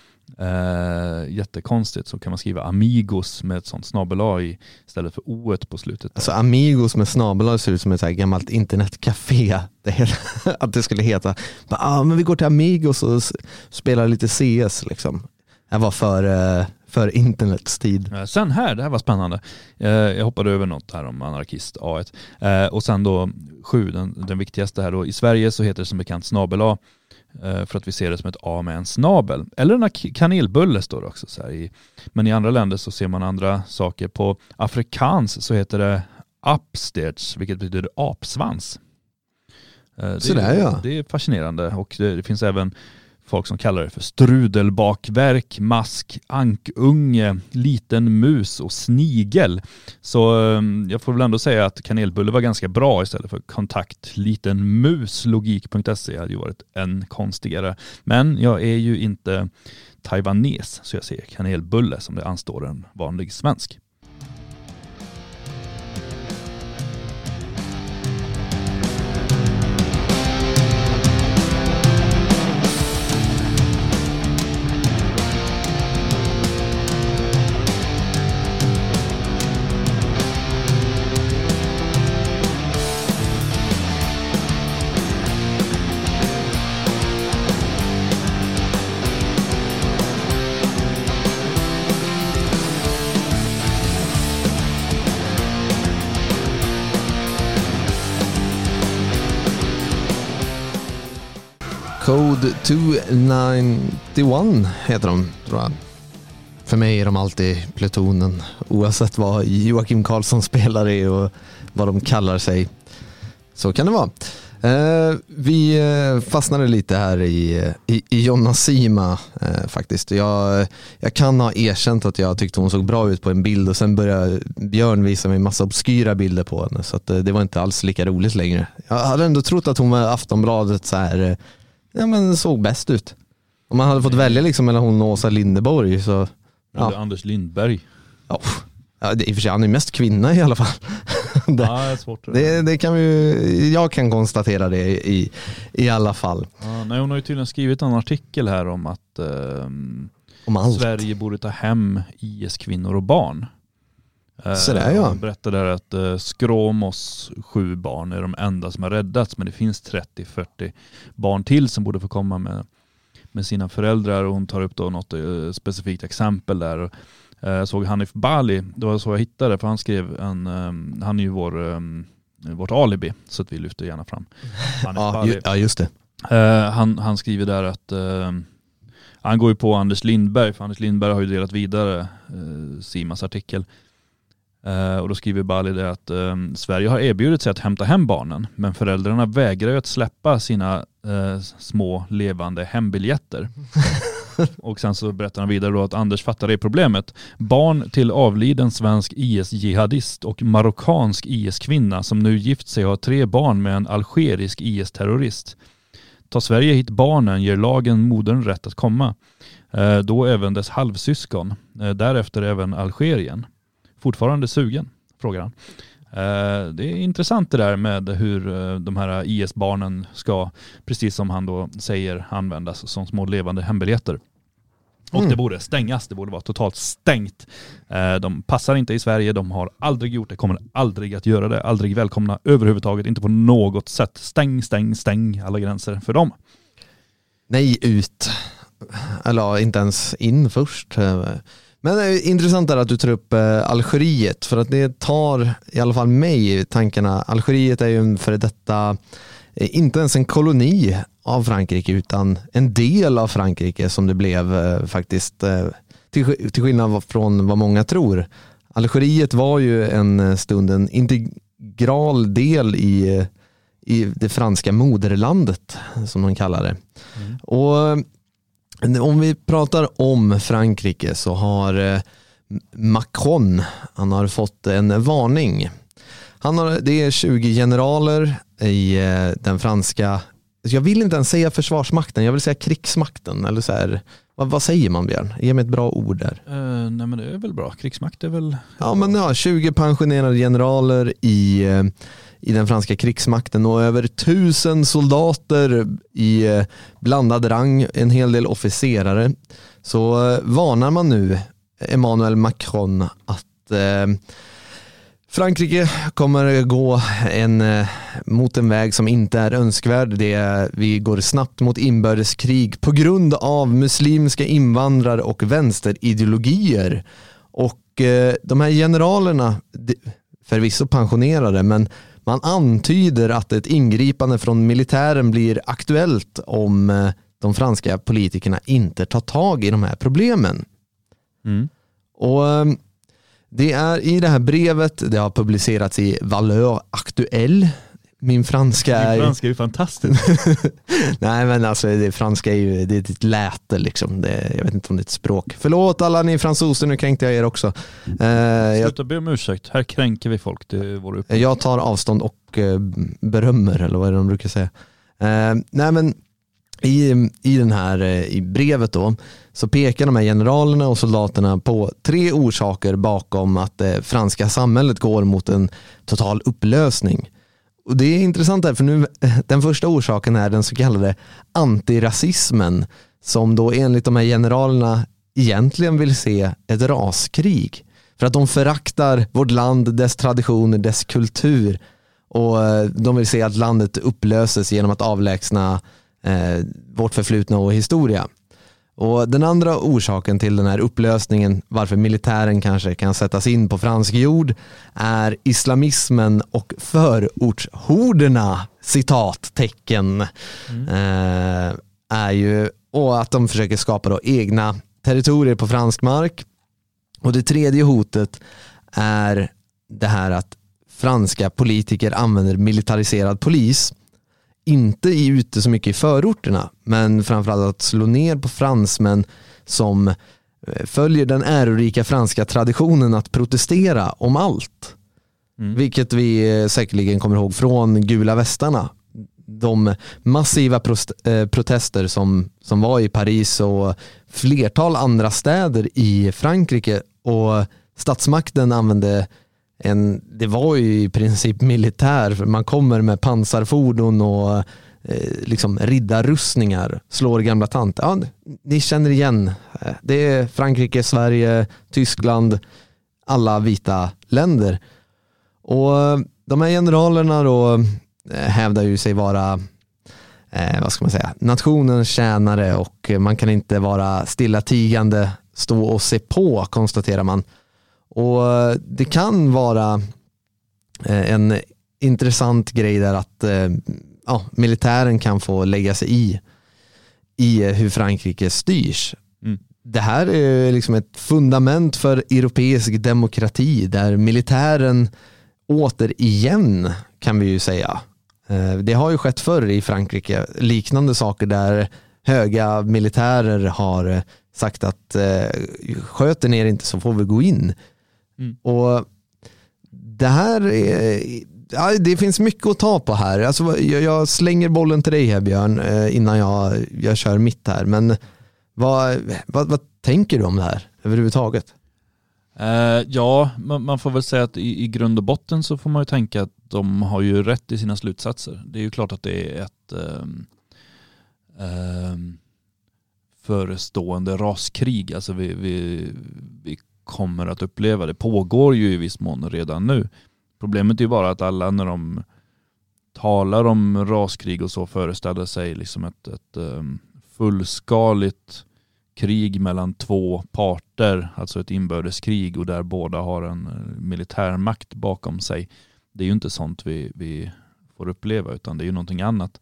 Uh, jättekonstigt, så kan man skriva amigos med ett sånt snabel-a i, istället för O på slutet. Alltså amigos med snabel-a ser ut som ett så här gammalt internetcafé. Det heter, att det skulle heta ja ah, men vi går till amigos och spelar lite C S liksom. Jag var för, uh, för internets tid. Uh, sen här, det här var spännande. Uh, jag hoppade över något här om anarkist A ett. Uh, och sen då sju, den, den viktigaste här då. I Sverige så heter det som bekant snabel-a, för att vi ser det som ett A med en snabel. Eller en kanelbulle står det också. Så här i, men i andra länder så ser man andra saker. På afrikans så heter det upstairs, vilket betyder apsvans. Det, så där, ja. Det är fascinerande. Och det, det finns även folk som kallar det för strudelbakverk, mask, ankunge, liten mus och snigel. Så jag får väl ändå säga att kanelbulle var ganska bra istället för kontakt liten mus. Logik punkt se hade ju varit en konstigare. Men jag är ju inte taiwanes så jag ser kanelbulle som det anstår en vanlig svensk. Code tvåhundranittioett heter de, tror jag. För mig är de alltid plutonen, oavsett vad Joakim Karlsson spelar i och vad de kallar sig. Så kan det vara. Eh, vi fastnade lite här i, i, i Jonna Sima eh, faktiskt. Jag, jag kan ha erkänt att jag tyckte hon såg bra ut på en bild och sen började Björn visa mig en massa obskyra bilder på henne. Så att, eh, det var inte alls lika roligt längre. Jag hade ändå trott att hon var Aftonbladet så här... Eh, Ja, men såg bäst ut. Om man hade fått välja liksom mellan hon och Åsa Linderborg så... Ja. Eller Anders Lindberg. Ja, ja det är i och för sig, han är mest kvinna i alla fall. det, ja, det är svårt. Det, det kan vi, jag kan konstatera det i, i alla fall. Ja, nej, hon har ju tydligen skrivit en artikel här om att eh, om allt. Sverige borde ta hem I S-kvinnor och barn. Så där, ja. Han berättade där att eh, Skråmos sju barn är de enda som har räddats, men det finns trettio till fyrtio barn till som borde få komma med, med sina föräldrar, och hon tar upp då något eh, specifikt exempel där. Eh, jag såg Hanif Bali, det var så jag hittade, för han skrev en, eh, han är ju vår, eh, vårt alibi, så att vi lyfter gärna fram Hanif ja, Bali. Ju, ja, just det. Eh, han, han skriver där att eh, han går ju på Anders Lindberg, för Anders Lindberg har ju delat vidare eh, Simas artikel. Uh, och då skriver Bali det att uh, Sverige har erbjudit sig att hämta hem barnen, men föräldrarna vägrar ju att släppa sina uh, små levande hembiljetter. Och sen så berättar han vidare då att Anders fattar det problemet. Barn till avliden svensk I S-jihadist och marockansk I S-kvinna som nu gift sig och har tre barn med en algerisk I S-terrorist. Tar Sverige hit barnen ger lagen modern rätt att komma. Uh, då även dess halvsyskon. Uh, därefter även Algerien. Fortfarande sugen, frågar han. Eh, det är intressant det där med hur eh, de här I S-barnen ska, precis som han då säger, användas som små levande hembiljetter. Och mm. det borde stängas, det borde vara totalt stängt. Eh, de passar inte i Sverige, de har aldrig gjort det, kommer aldrig att göra det, aldrig välkomna överhuvudtaget, inte på något sätt. Stäng, stäng, stäng alla gränser för dem. Nej, ut. Eller inte ens in först. Men det är intressant att du tar upp eh, Algeriet, för att det tar i alla fall mig i tankarna. Algeriet är ju en för detta, eh, inte ens en koloni av Frankrike utan en del av Frankrike som det blev eh, faktiskt, eh, till, till skillnad från vad många tror. Algeriet var ju en stund en integral del i, i det franska moderlandet som de kallar det. Mm. Och om vi pratar om Frankrike så har Macron, han har fått en varning. Han har, det är tjugo generaler i den franska, jag vill inte ens säga försvarsmakten, jag vill säga krigsmakten. Eller så här, vad, vad säger man, Björn? Ge mig ett bra ord där. Uh, nej men det är väl bra, krigsmakt är väl... Ja men ja, tjugo pensionerade generaler i... i den franska krigsmakten och över tusen soldater i blandad rang, en hel del officerare. Så varnar man nu Emmanuel Macron att eh, Frankrike kommer gå en, mot en väg som inte är önskvärd. Det är, vi går snabbt mot inbördeskrig på grund av muslimska invandrare och vänsterideologier. Och eh, de här generalerna, förvisso pensionerade, men man antyder att ett ingripande från militären blir aktuellt om de franska politikerna inte tar tag i de här problemen. Mm. Och det är i det här brevet, det har publicerats i Valeur Aktuell, min franska är... Min franska är ju fantastisk. Nej men alltså det franska är ju det är ett läte liksom. Det, jag vet inte om det är ett språk. Förlåt alla ni fransoser, nu kränkte jag er också. Uh, Sluta be om ursäkt, här kränker vi folk. Det är vår uppgift. Jag tar avstånd och uh, berömmer, eller vad är det de brukar säga. Uh, nej men i, i den här i brevet då så pekar de här generalerna och soldaterna på tre orsaker bakom att det franska samhället går mot en total upplösning. Och det är intressant här, för nu den första orsaken är den så kallade antirasismen, som då enligt de här generalerna egentligen vill se ett raskrig. För att de föraktar vårt land, dess traditioner, dess kultur, och de vill se att landet upplöses genom att avlägsna eh, vårt förflutna och historia. Och den andra orsaken till den här upplösningen, varför militären kanske kan sättas in på fransk jord, är islamismen och förortshorderna, citattecken, mm. eh, är ju, och att de försöker skapa då egna territorier på fransk mark. Och det tredje hotet är det här att franska politiker använder militariserad polis, inte i ute så mycket i förorterna, men framförallt att slå ner på fransmän som följer den ärorika franska traditionen att protestera om allt. Mm. Vilket vi säkerligen kommer ihåg från gula västarna. De massiva protester som, som var i Paris och flertal andra städer i Frankrike, och statsmakten använde en, det var ju i princip militär, för man kommer med pansarfordon och eh, liksom riddarrustningar, slår gamla tant. Ja, ni känner igen, det är Frankrike, Sverige, Tyskland, alla vita länder. Och de här generalerna då hävdar ju sig vara eh, vad ska man säga, nationens tjänare, och man kan inte vara stillatigande, stå och se på, konstaterar man. Och det kan vara en intressant grej där att ja, militären kan få lägga sig i i hur Frankrike styrs. Mm. Det här är liksom ett fundament för europeisk demokrati, där militären återigen, kan vi ju säga. Det har ju skett förr i Frankrike, liknande saker där höga militärer har sagt att sköter ner inte så får vi gå in. Mm. Och det här är, ja, det finns mycket att ta på här. Alltså, jag, jag slänger bollen till dig här, Björn, innan jag, jag kör mitt här. Men vad, vad, vad tänker du om det här överhuvudtaget? Uh, ja, man, man får väl säga att i, i grund och botten så får man ju tänka att de har ju rätt i sina slutsatser. Det är ju klart att det är ett um, um, förestående raskrig. Alltså vi, vi, vi kommer att uppleva det. Pågår ju i viss mån redan nu. Problemet är ju bara att alla, när de talar om raskrig och så, föreställer sig liksom ett, ett um, fullskaligt krig mellan två parter, alltså ett inbördeskrig, och där båda har en militärmakt bakom sig. Det är ju inte sånt vi, vi får uppleva, utan det är ju någonting annat.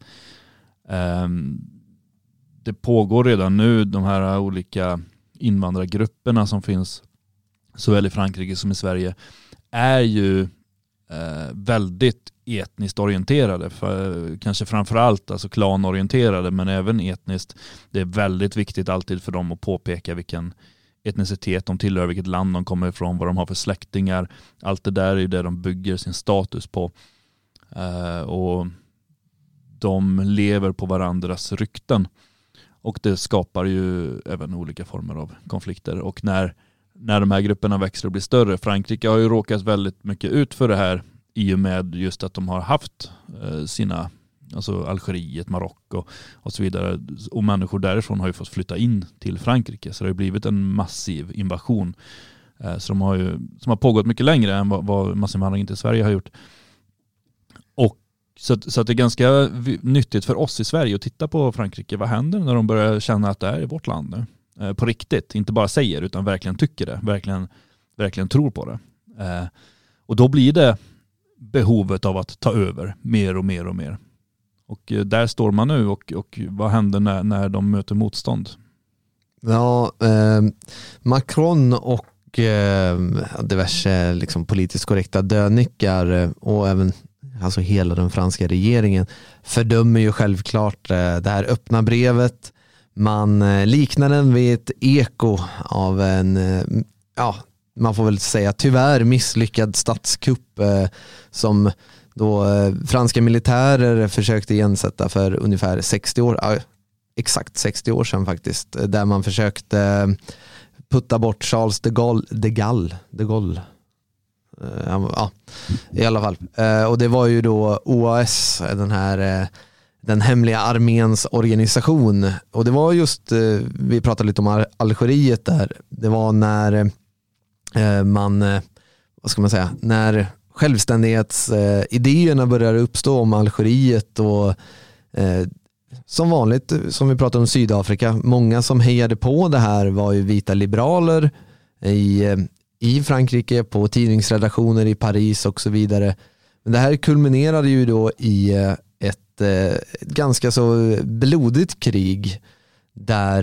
Um, det pågår redan nu, de här olika invandrargrupperna som finns såväl i Frankrike som i Sverige är ju eh, väldigt etniskt orienterade, för, kanske framförallt alltså klanorienterade, men även etniskt. Det är väldigt viktigt alltid för dem att påpeka vilken etnicitet de tillhör, vilket land de kommer ifrån, vad de har för släktingar. Allt det där är ju det de bygger sin status på. Eh, och de lever på varandras rykten. Och det skapar ju även olika former av konflikter. Och när, när de här grupperna växer och blir större, Frankrike har ju råkat väldigt mycket ut för det här i och med just att de har haft eh, sina, alltså Algeriet, Marocko och så vidare. Och människor därifrån har ju fått flytta in till Frankrike. Så det har blivit en massiv invasion. Eh, så de har ju, som har pågått mycket längre än vad, vad massinvandringen till Sverige har gjort. Och Så, så att det är ganska nyttigt för oss i Sverige att titta på Frankrike. Vad händer när de börjar känna att det är i vårt land nu? Eh, på riktigt, inte bara säger utan verkligen tycker det. Verkligen, verkligen tror på det. Eh, och då blir det behovet av att ta över mer och mer och mer. Och eh, där står man nu, och, och vad händer när, när de möter motstånd? Ja, eh, Macron och eh, diverse liksom, politiskt korrekta dönickar och även alltså hela den franska regeringen, fördömer ju självklart det här öppna brevet. Man liknar den vid ett eko av en, ja, man får väl säga tyvärr misslyckad statskupp eh, som då eh, franska militärer försökte igensätta för ungefär sextio år, eh, exakt sextio år sedan faktiskt, där man försökte eh, putta bort Charles de Gaulle, de Gaulle, de Gaulle. Eh, ja, i alla fall. Eh, och det var ju då O A S, den här eh, den hemliga arméns organisation, och det var just, eh, vi pratade lite om Algeriet där, det var när eh, man, eh, vad ska man säga, när självständighetsidéerna började uppstå om Algeriet, och eh, som vanligt, som vi pratade om Sydafrika, många som hejade på det här var ju vita liberaler i, i Frankrike, på tidningsredaktioner i Paris och så vidare. Men det här kulminerade ju då i ett, ett ganska så blodigt krig där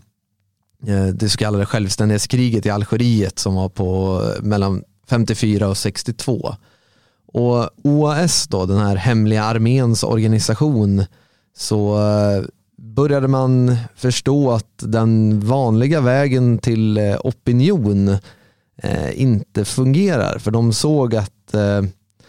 det så kallade självständighetskriget i Algeriet som var på mellan femtiofyra och sextiotvå. Och O A S då, den här hemliga arméns organisation, så började man förstå att den vanliga vägen till opinion eh, inte fungerar. För de såg att eh,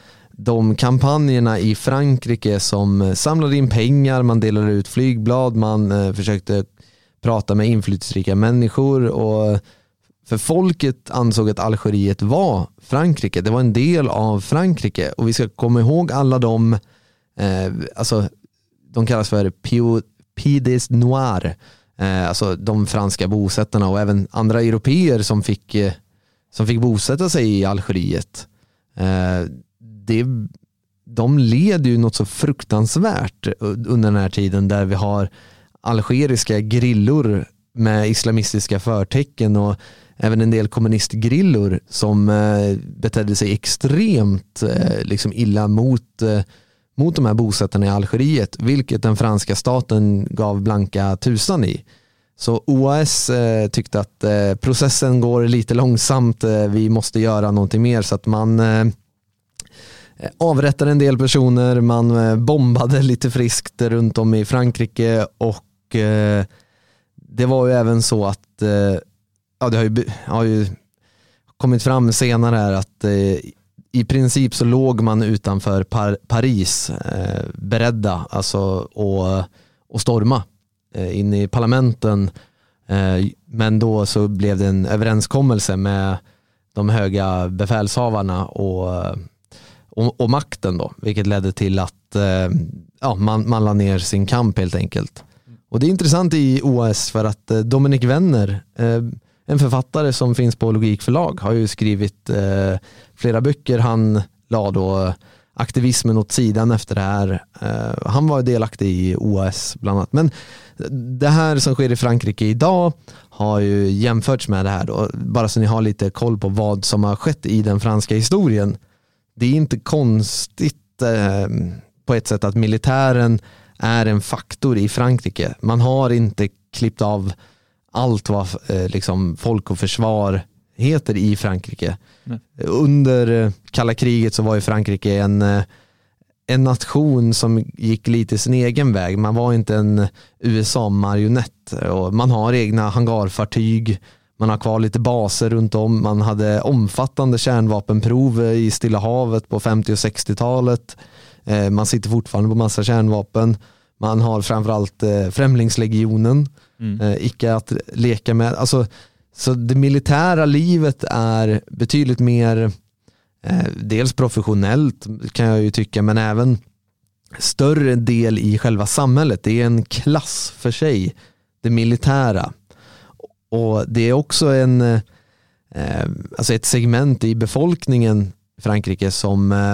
de kampanjerna i Frankrike som samlade in pengar, man delade ut flygblad, man eh, försökte prata med inflytelserika människor, och för folket ansåg att Algeriet var Frankrike, det var en del av Frankrike, och vi ska komma ihåg alla de eh, alltså de kallas för Pieds Noirs, eh, alltså de franska bosättarna och även andra europeer som fick, eh, som fick bosätta sig i Algeriet. Eh, det, de led ju något så fruktansvärt under den här tiden, där vi har algeriska grillor med islamistiska förtecken och även en del kommunistgrillor som eh, betedde sig extremt eh, liksom illa mot eh, mot de här bosättarna i Algeriet, vilket den franska staten gav blanka tusan i. Så O A S eh, tyckte att eh, processen går lite långsamt, eh, vi måste göra någonting mer, så att man eh, avrättade en del personer, man eh, bombade lite friskt runt om i Frankrike, och eh, det var ju även så att eh, ja, det har ju, har ju kommit fram senare här att eh, i princip så låg man utanför Par- Paris eh, beredda alltså och, och storma eh, in i parlamenten, eh, men då så blev det en överenskommelse med de höga befälshavarna och, och, och makten då, vilket ledde till att eh, ja, man, man la ner sin kamp helt enkelt. Och det är intressant i O A S för att eh, Dominic Wenner, eh, en författare som finns på Logikförlag, har ju skrivit eh, flera böcker. Han la då aktivismen åt sidan efter det här. Eh, han var delaktig i O A S bland annat. Men det här som sker i Frankrike idag har ju jämförts med det här då. Bara så ni har lite koll på vad som har skett i den franska historien. Det är inte konstigt eh, på ett sätt att militären är en faktor i Frankrike. Man har inte klippt av allt vad eh, liksom folk och försvar heter i Frankrike. Nej. Under eh, kalla kriget så var ju Frankrike en, eh, en nation som gick lite sin egen väg. Man var inte en U S A-marionett, och man har egna hangarfartyg, man har kvar lite baser runt om, man hade omfattande kärnvapenprov i Stilla havet på femtio- och sextiotalet. Eh, man sitter fortfarande på massa kärnvapen. Man har framförallt eh, Främlingslegionen, mm. eh, icke att leka med. Alltså, så det militära livet är betydligt mer eh, dels professionellt kan jag ju tycka, men även större del i själva samhället. Det är en klass för sig, det militära. Och det är också en eh, alltså ett segment i befolkningen i Frankrike som eh,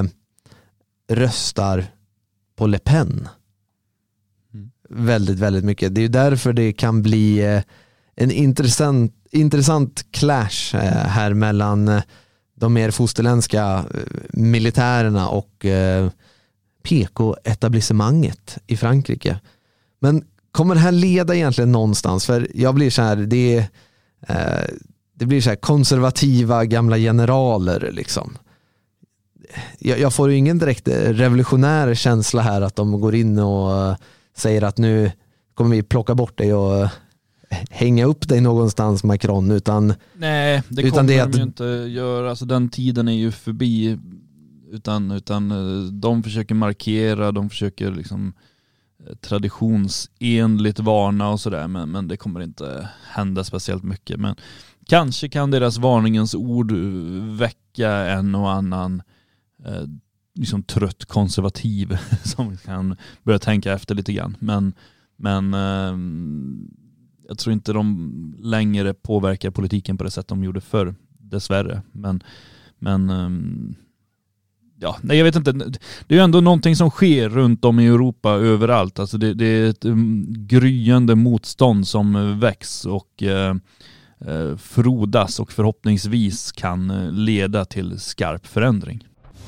röstar på Le Pen. Mm. Väldigt, väldigt mycket. Det är ju därför det kan bli eh, en intressant, intressant clash eh, här mellan eh, de mer fosterländska eh, militärerna och eh, P K-etablissemanget i Frankrike. Men kommer det här leda egentligen någonstans? För jag blir så här, det, är, eh, det blir så här konservativa gamla generaler liksom. jag, jag får ju ingen direkt revolutionär känsla här att de går in och säger att nu kommer vi plocka bort dig och hänga upp dig någonstans, Macron, utan nej, det utan kommer det de att... ju inte göra. Alltså, den tiden är ju förbi, utan, utan de försöker markera, de försöker liksom traditionsenligt varna och sådär, men, men det kommer inte hända speciellt mycket. Men kanske kan deras varningens ord väcka en och annan eh, liksom trött konservativ som kan börja tänka efter lite grann. Men, men eh, jag tror inte de längre påverkar politiken på det sätt de gjorde förr, dessvärre. Men, men eh, ja, nej, jag vet inte. Det är ju ändå någonting som sker runt om i Europa överallt. Alltså det, det är ett um, gryende motstånd som väcks och eh, eh, frodas och förhoppningsvis kan leda till skarp förändring.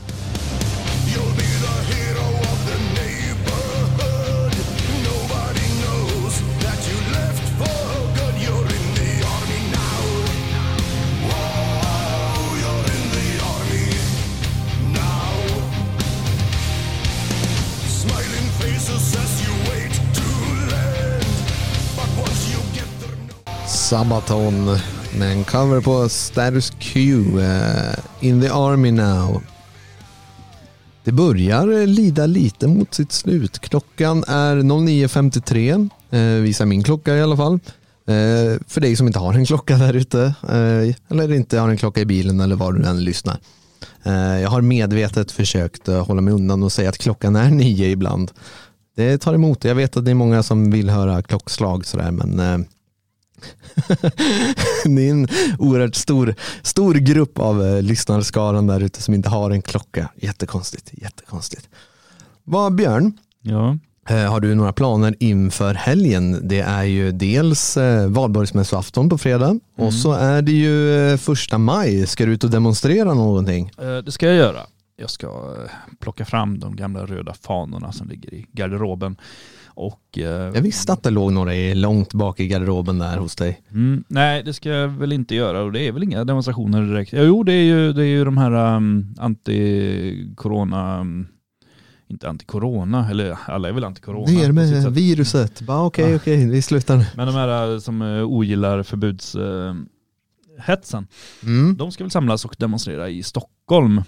Sabaton med en cover på Status Quo, uh, In the Army Now. Det börjar lida lite mot sitt slut. Klockan är nio femtiotre, uh, visar min klocka i alla fall. Uh, för dig som inte har en klocka där ute, uh, eller inte har en klocka i bilen eller var du än lyssnar. Uh, jag har medvetet försökt uh, hålla mig undan och säga att klockan är nio ibland. Det tar emot. Jag vet att det är många som vill höra klockslag sådär, men uh, det är en oerhört stor, stor grupp av uh, lyssnarskaran där ute som inte har en klocka. Jättekonstigt, jättekonstigt. Vad, Björn? Ja. Uh, har du några planer inför helgen? Det är ju dels uh, valborgsmässoafton på fredag, mm. och så är det ju uh, första maj. Ska du ut och demonstrera någonting? Uh, det ska jag göra. Jag ska uh, plocka fram de gamla röda fanorna som ligger i garderoben. Och, uh, jag visste att det låg några långt bak i garderoben där hos dig. Mm, nej, det ska jag väl inte göra, och det är väl inga demonstrationer direkt. Jo, det är ju, det är ju de här um, anti-corona, um, inte anti-corona, eller alla är väl anti-corona. Det är med viruset. Bara okej, okay, ja. okej, okay, vi slutar nu. Men de här som uh, ogillar förbudshetsen, uh, mm. de ska väl samlas och demonstrera i Stockholm.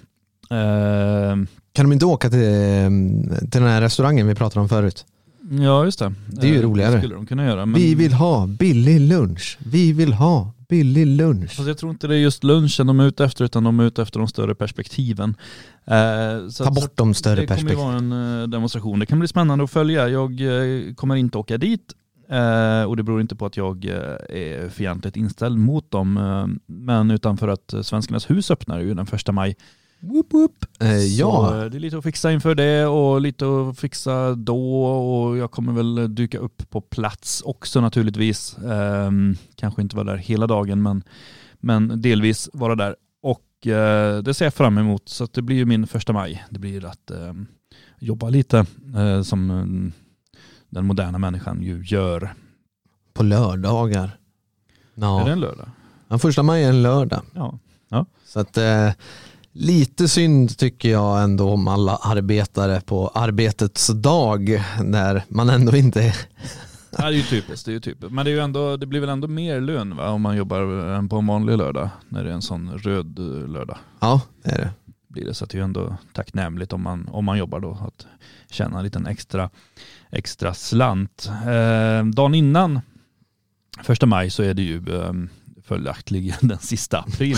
Uh, kan de inte åka till, till den här restaurangen vi pratade om förut? Ja, just det. Det är ju roligare. Det skulle de kunna göra. Men... Vi vill ha billig lunch. Vi vill ha billig lunch. Fast jag tror inte det är just lunchen de är ute efter, utan de är ute efter de större perspektiven. Eh, så Ta bort de större det perspektiven. Det kommer ju vara en uh, demonstration. Det kan bli spännande att följa. Jag uh, kommer inte åka dit. Uh, och det beror inte på att jag uh, är fientligt inställd mot dem. Uh, men utan för att uh, Svenskarnas hus öppnar ju den första maj. Whoop, whoop. Eh, ja. Så det är lite att fixa inför det och lite att fixa då, och jag kommer väl dyka upp på plats också naturligtvis. Eh, kanske inte vara där hela dagen, men, men delvis vara där, och eh, det ser jag fram emot, så att det blir ju min första maj. Det blir att eh, jobba lite eh, som eh, den moderna människan ju gör. På lördagar. Ja. Är det en lördag? Ja, första maj är en lördag. Ja. Ja. Så att eh, lite synd tycker jag ändå om alla arbetare på arbetets dag när man ändå inte är... Ja, det är ju typiskt, det är ju typiskt. Men det, är ju ändå, det blir väl ändå mer lön, va, om man jobbar än på en vanlig lördag, när det är en sån röd lördag. Ja, det är det. Blir det, så att det är ju ändå tacknämligt om man, om man jobbar då, att tjäna en liten extra, extra slant. Eh, dagen innan första maj så är det ju eh, följaktligen den sista april.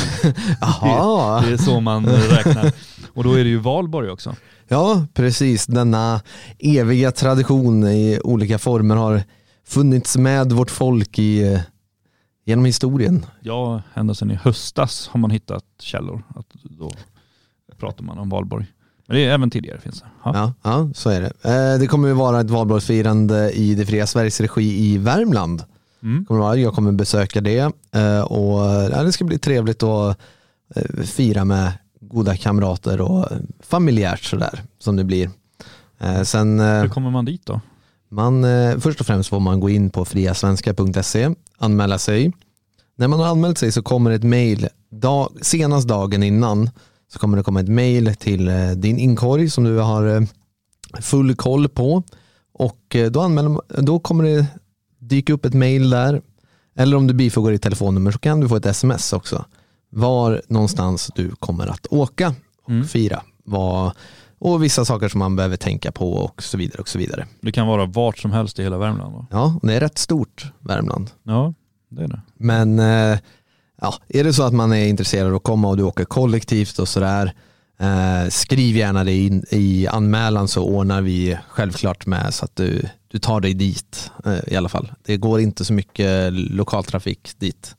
Aha. Det, det är så man räknar. Och då är det ju valborg också. Ja, precis. Denna eviga tradition i olika former har funnits med vårt folk i, genom historien. Ja, ända sedan i höstas har man hittat källor. Att då pratar man om valborg. Men det är även tidigare finns det. Ja, ja, ja, så är det. Det kommer ju vara ett valborgsfirande i det fria Sveriges regi i Värmland. Mm. Jag kommer besöka det, och det ska bli trevligt att fira med goda kamrater och familjärt sådär som det blir. Sen, hur kommer man dit då? Man, först och främst får man gå in på friasvenska punkt se, anmäla sig. När man har anmält sig så kommer ett mejl dag, senast dagen innan, så kommer det komma ett mejl till eh, din inkorg som du har eh, full koll på. Och eh, då, anmäler, då kommer det dyka upp ett mejl där. Eller om du bifogar ditt telefonnummer så kan du få ett sms också. Var någonstans du kommer att åka och mm. fira. Var, och vissa saker som man behöver tänka på och så vidare och så vidare. Det kan vara vart som helst i hela Värmland va? Ja, det är rätt stort Värmland. Ja, det är det. Men eh, ja, är det så att man är intresserad av att komma och du åker kollektivt och sådär, eh, skriv gärna det in i anmälan så ordnar vi självklart med så att du, du tar dig dit eh, i alla fall. Det går inte så mycket lokaltrafik dit.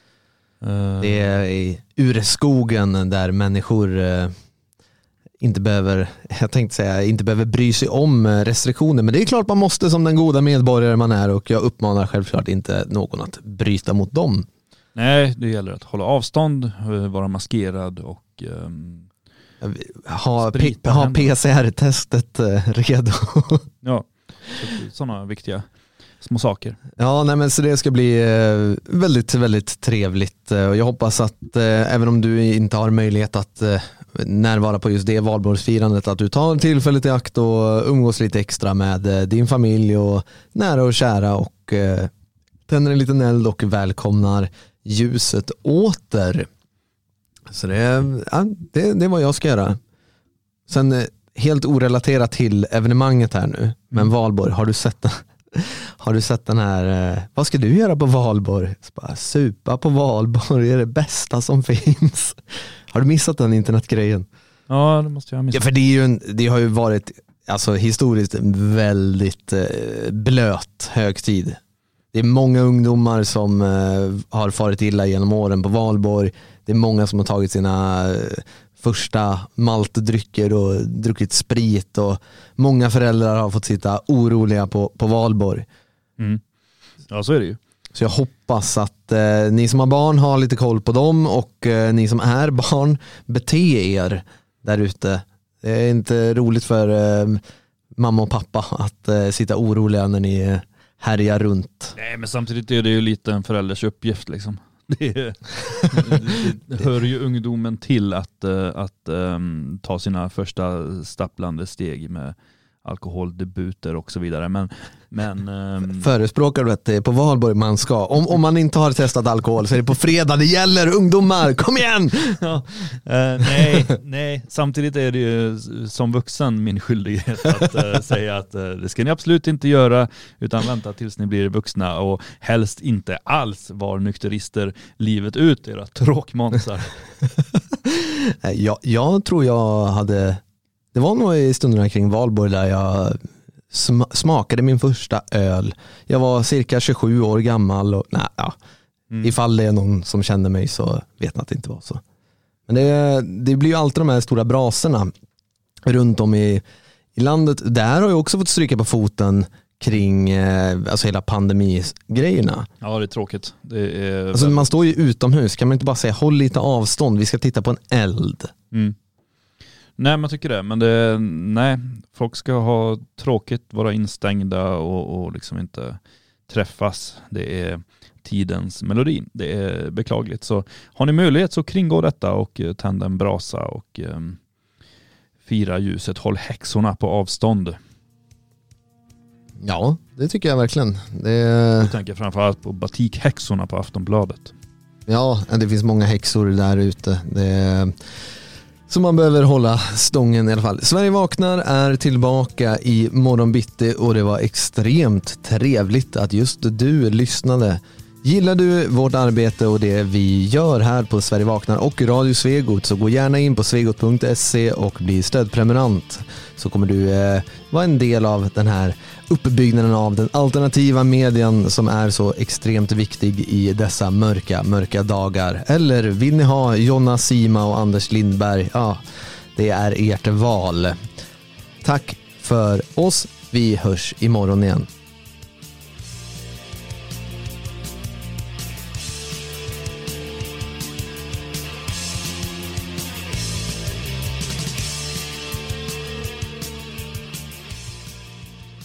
Uh. Det är i urskogen där människor eh, inte behöver, jag tänkte säga, inte behöver bry sig om restriktioner, men det är klart man måste som den goda medborgare man är och jag uppmanar självklart inte någon att bryta mot dem. Nej, det gäller att hålla avstånd, vara maskerad och um, ha, p- ha P C R-testet redo. Ja, sådana viktiga små saker. Ja, nej, men så det ska bli väldigt, väldigt trevligt och jag hoppas att eh, även om du inte har möjlighet att eh, närvara på just det valborgsfirandet att du tar tillfället i akt och umgås lite extra med eh, din familj och nära och kära och eh, tänder en liten eld och välkomnar ljuset åter. Så det, ja, det, det är vad jag ska göra. Sen eh, helt orelaterat till evenemanget här nu, men Valborg, har du sett den? Har du sett den här, eh, vad ska du göra på Valborg? Bara, supa på Valborg är det bästa som finns. Har du missat den internetgrejen? Ja, det måste jag ha missat. Ja, för det, är ju en, det har ju varit alltså, historiskt en väldigt eh, blöt högtid. Det är många ungdomar som eh, har farit illa genom åren på Valborg. Det är många som har tagit sina eh, första maltdrycker och druckit sprit och många föräldrar har fått sitta oroliga på, på Valborg. Mm. Ja, så är det ju. Så jag hoppas att eh, ni som har barn har lite koll på dem och eh, ni som är barn, bete er där ute. Det är inte roligt för eh, mamma och pappa att eh, sitta oroliga när ni härjar runt. Nej, men samtidigt är det ju lite en förälders uppgift liksom. Det, är, det hör ju ungdomen till att, att um, ta sina första stapplande steg med alkoholdebuter och så vidare. Men, men, um... Förespråkar du att det är på Valborg man ska? Om, om man inte har testat alkohol så är det på fredag det gäller, ungdomar, kom igen! Ja, uh, nej, nej, samtidigt är det ju som vuxen min skyldighet att uh, säga att uh, det ska ni absolut inte göra utan vänta tills ni blir vuxna och helst inte alls var nykterister livet ut, era tråkmånsar. jag, jag tror jag hade... Det var nog i stunderna kring Valborg där jag sm- smakade min första öl. Jag var cirka tjugosju år gammal och nej, ja. Mm. Ifall det är någon som känner mig så vet man att det inte var så. Men det, det blir ju alltid de här stora braserna runt om i, i landet. Där har jag också fått stryka på foten kring eh, alltså hela pandemigrejerna. Ja, det är tråkigt. Det är alltså, man står ju utomhus, kan man inte bara säga håll lite avstånd, vi ska titta på en eld. Mm. Nej, man tycker det. Men det, nej, folk ska ha tråkigt, vara instängda och, och liksom inte träffas. Det är tidens melodi. Det är beklagligt. Så har ni möjlighet så kringgå detta och tända en brasa och um, fira ljuset. Håll häxorna på avstånd. Ja, det tycker jag verkligen. Det... Jag tänker framförallt på batikhäxorna på Aftonbladet. Ja, det finns många häxor där ute. Det är... Så man behöver hålla stången i alla fall. Sverige vaknar är tillbaka i morgonbitti och det var extremt trevligt att just du lyssnade. Gillar du vårt arbete och det vi gör här på Sverige vaknar och Radio Svegot så gå gärna in på svegot punkt se och bli stödprenumerant. Så kommer du eh, vara en del av den här uppbyggnaden av den alternativa medien som är så extremt viktig i dessa mörka, mörka dagar. Eller vill ni ha Jonna Sima och Anders Lindberg? Ja, det är ert val. Tack för oss. Vi hörs imorgon igen.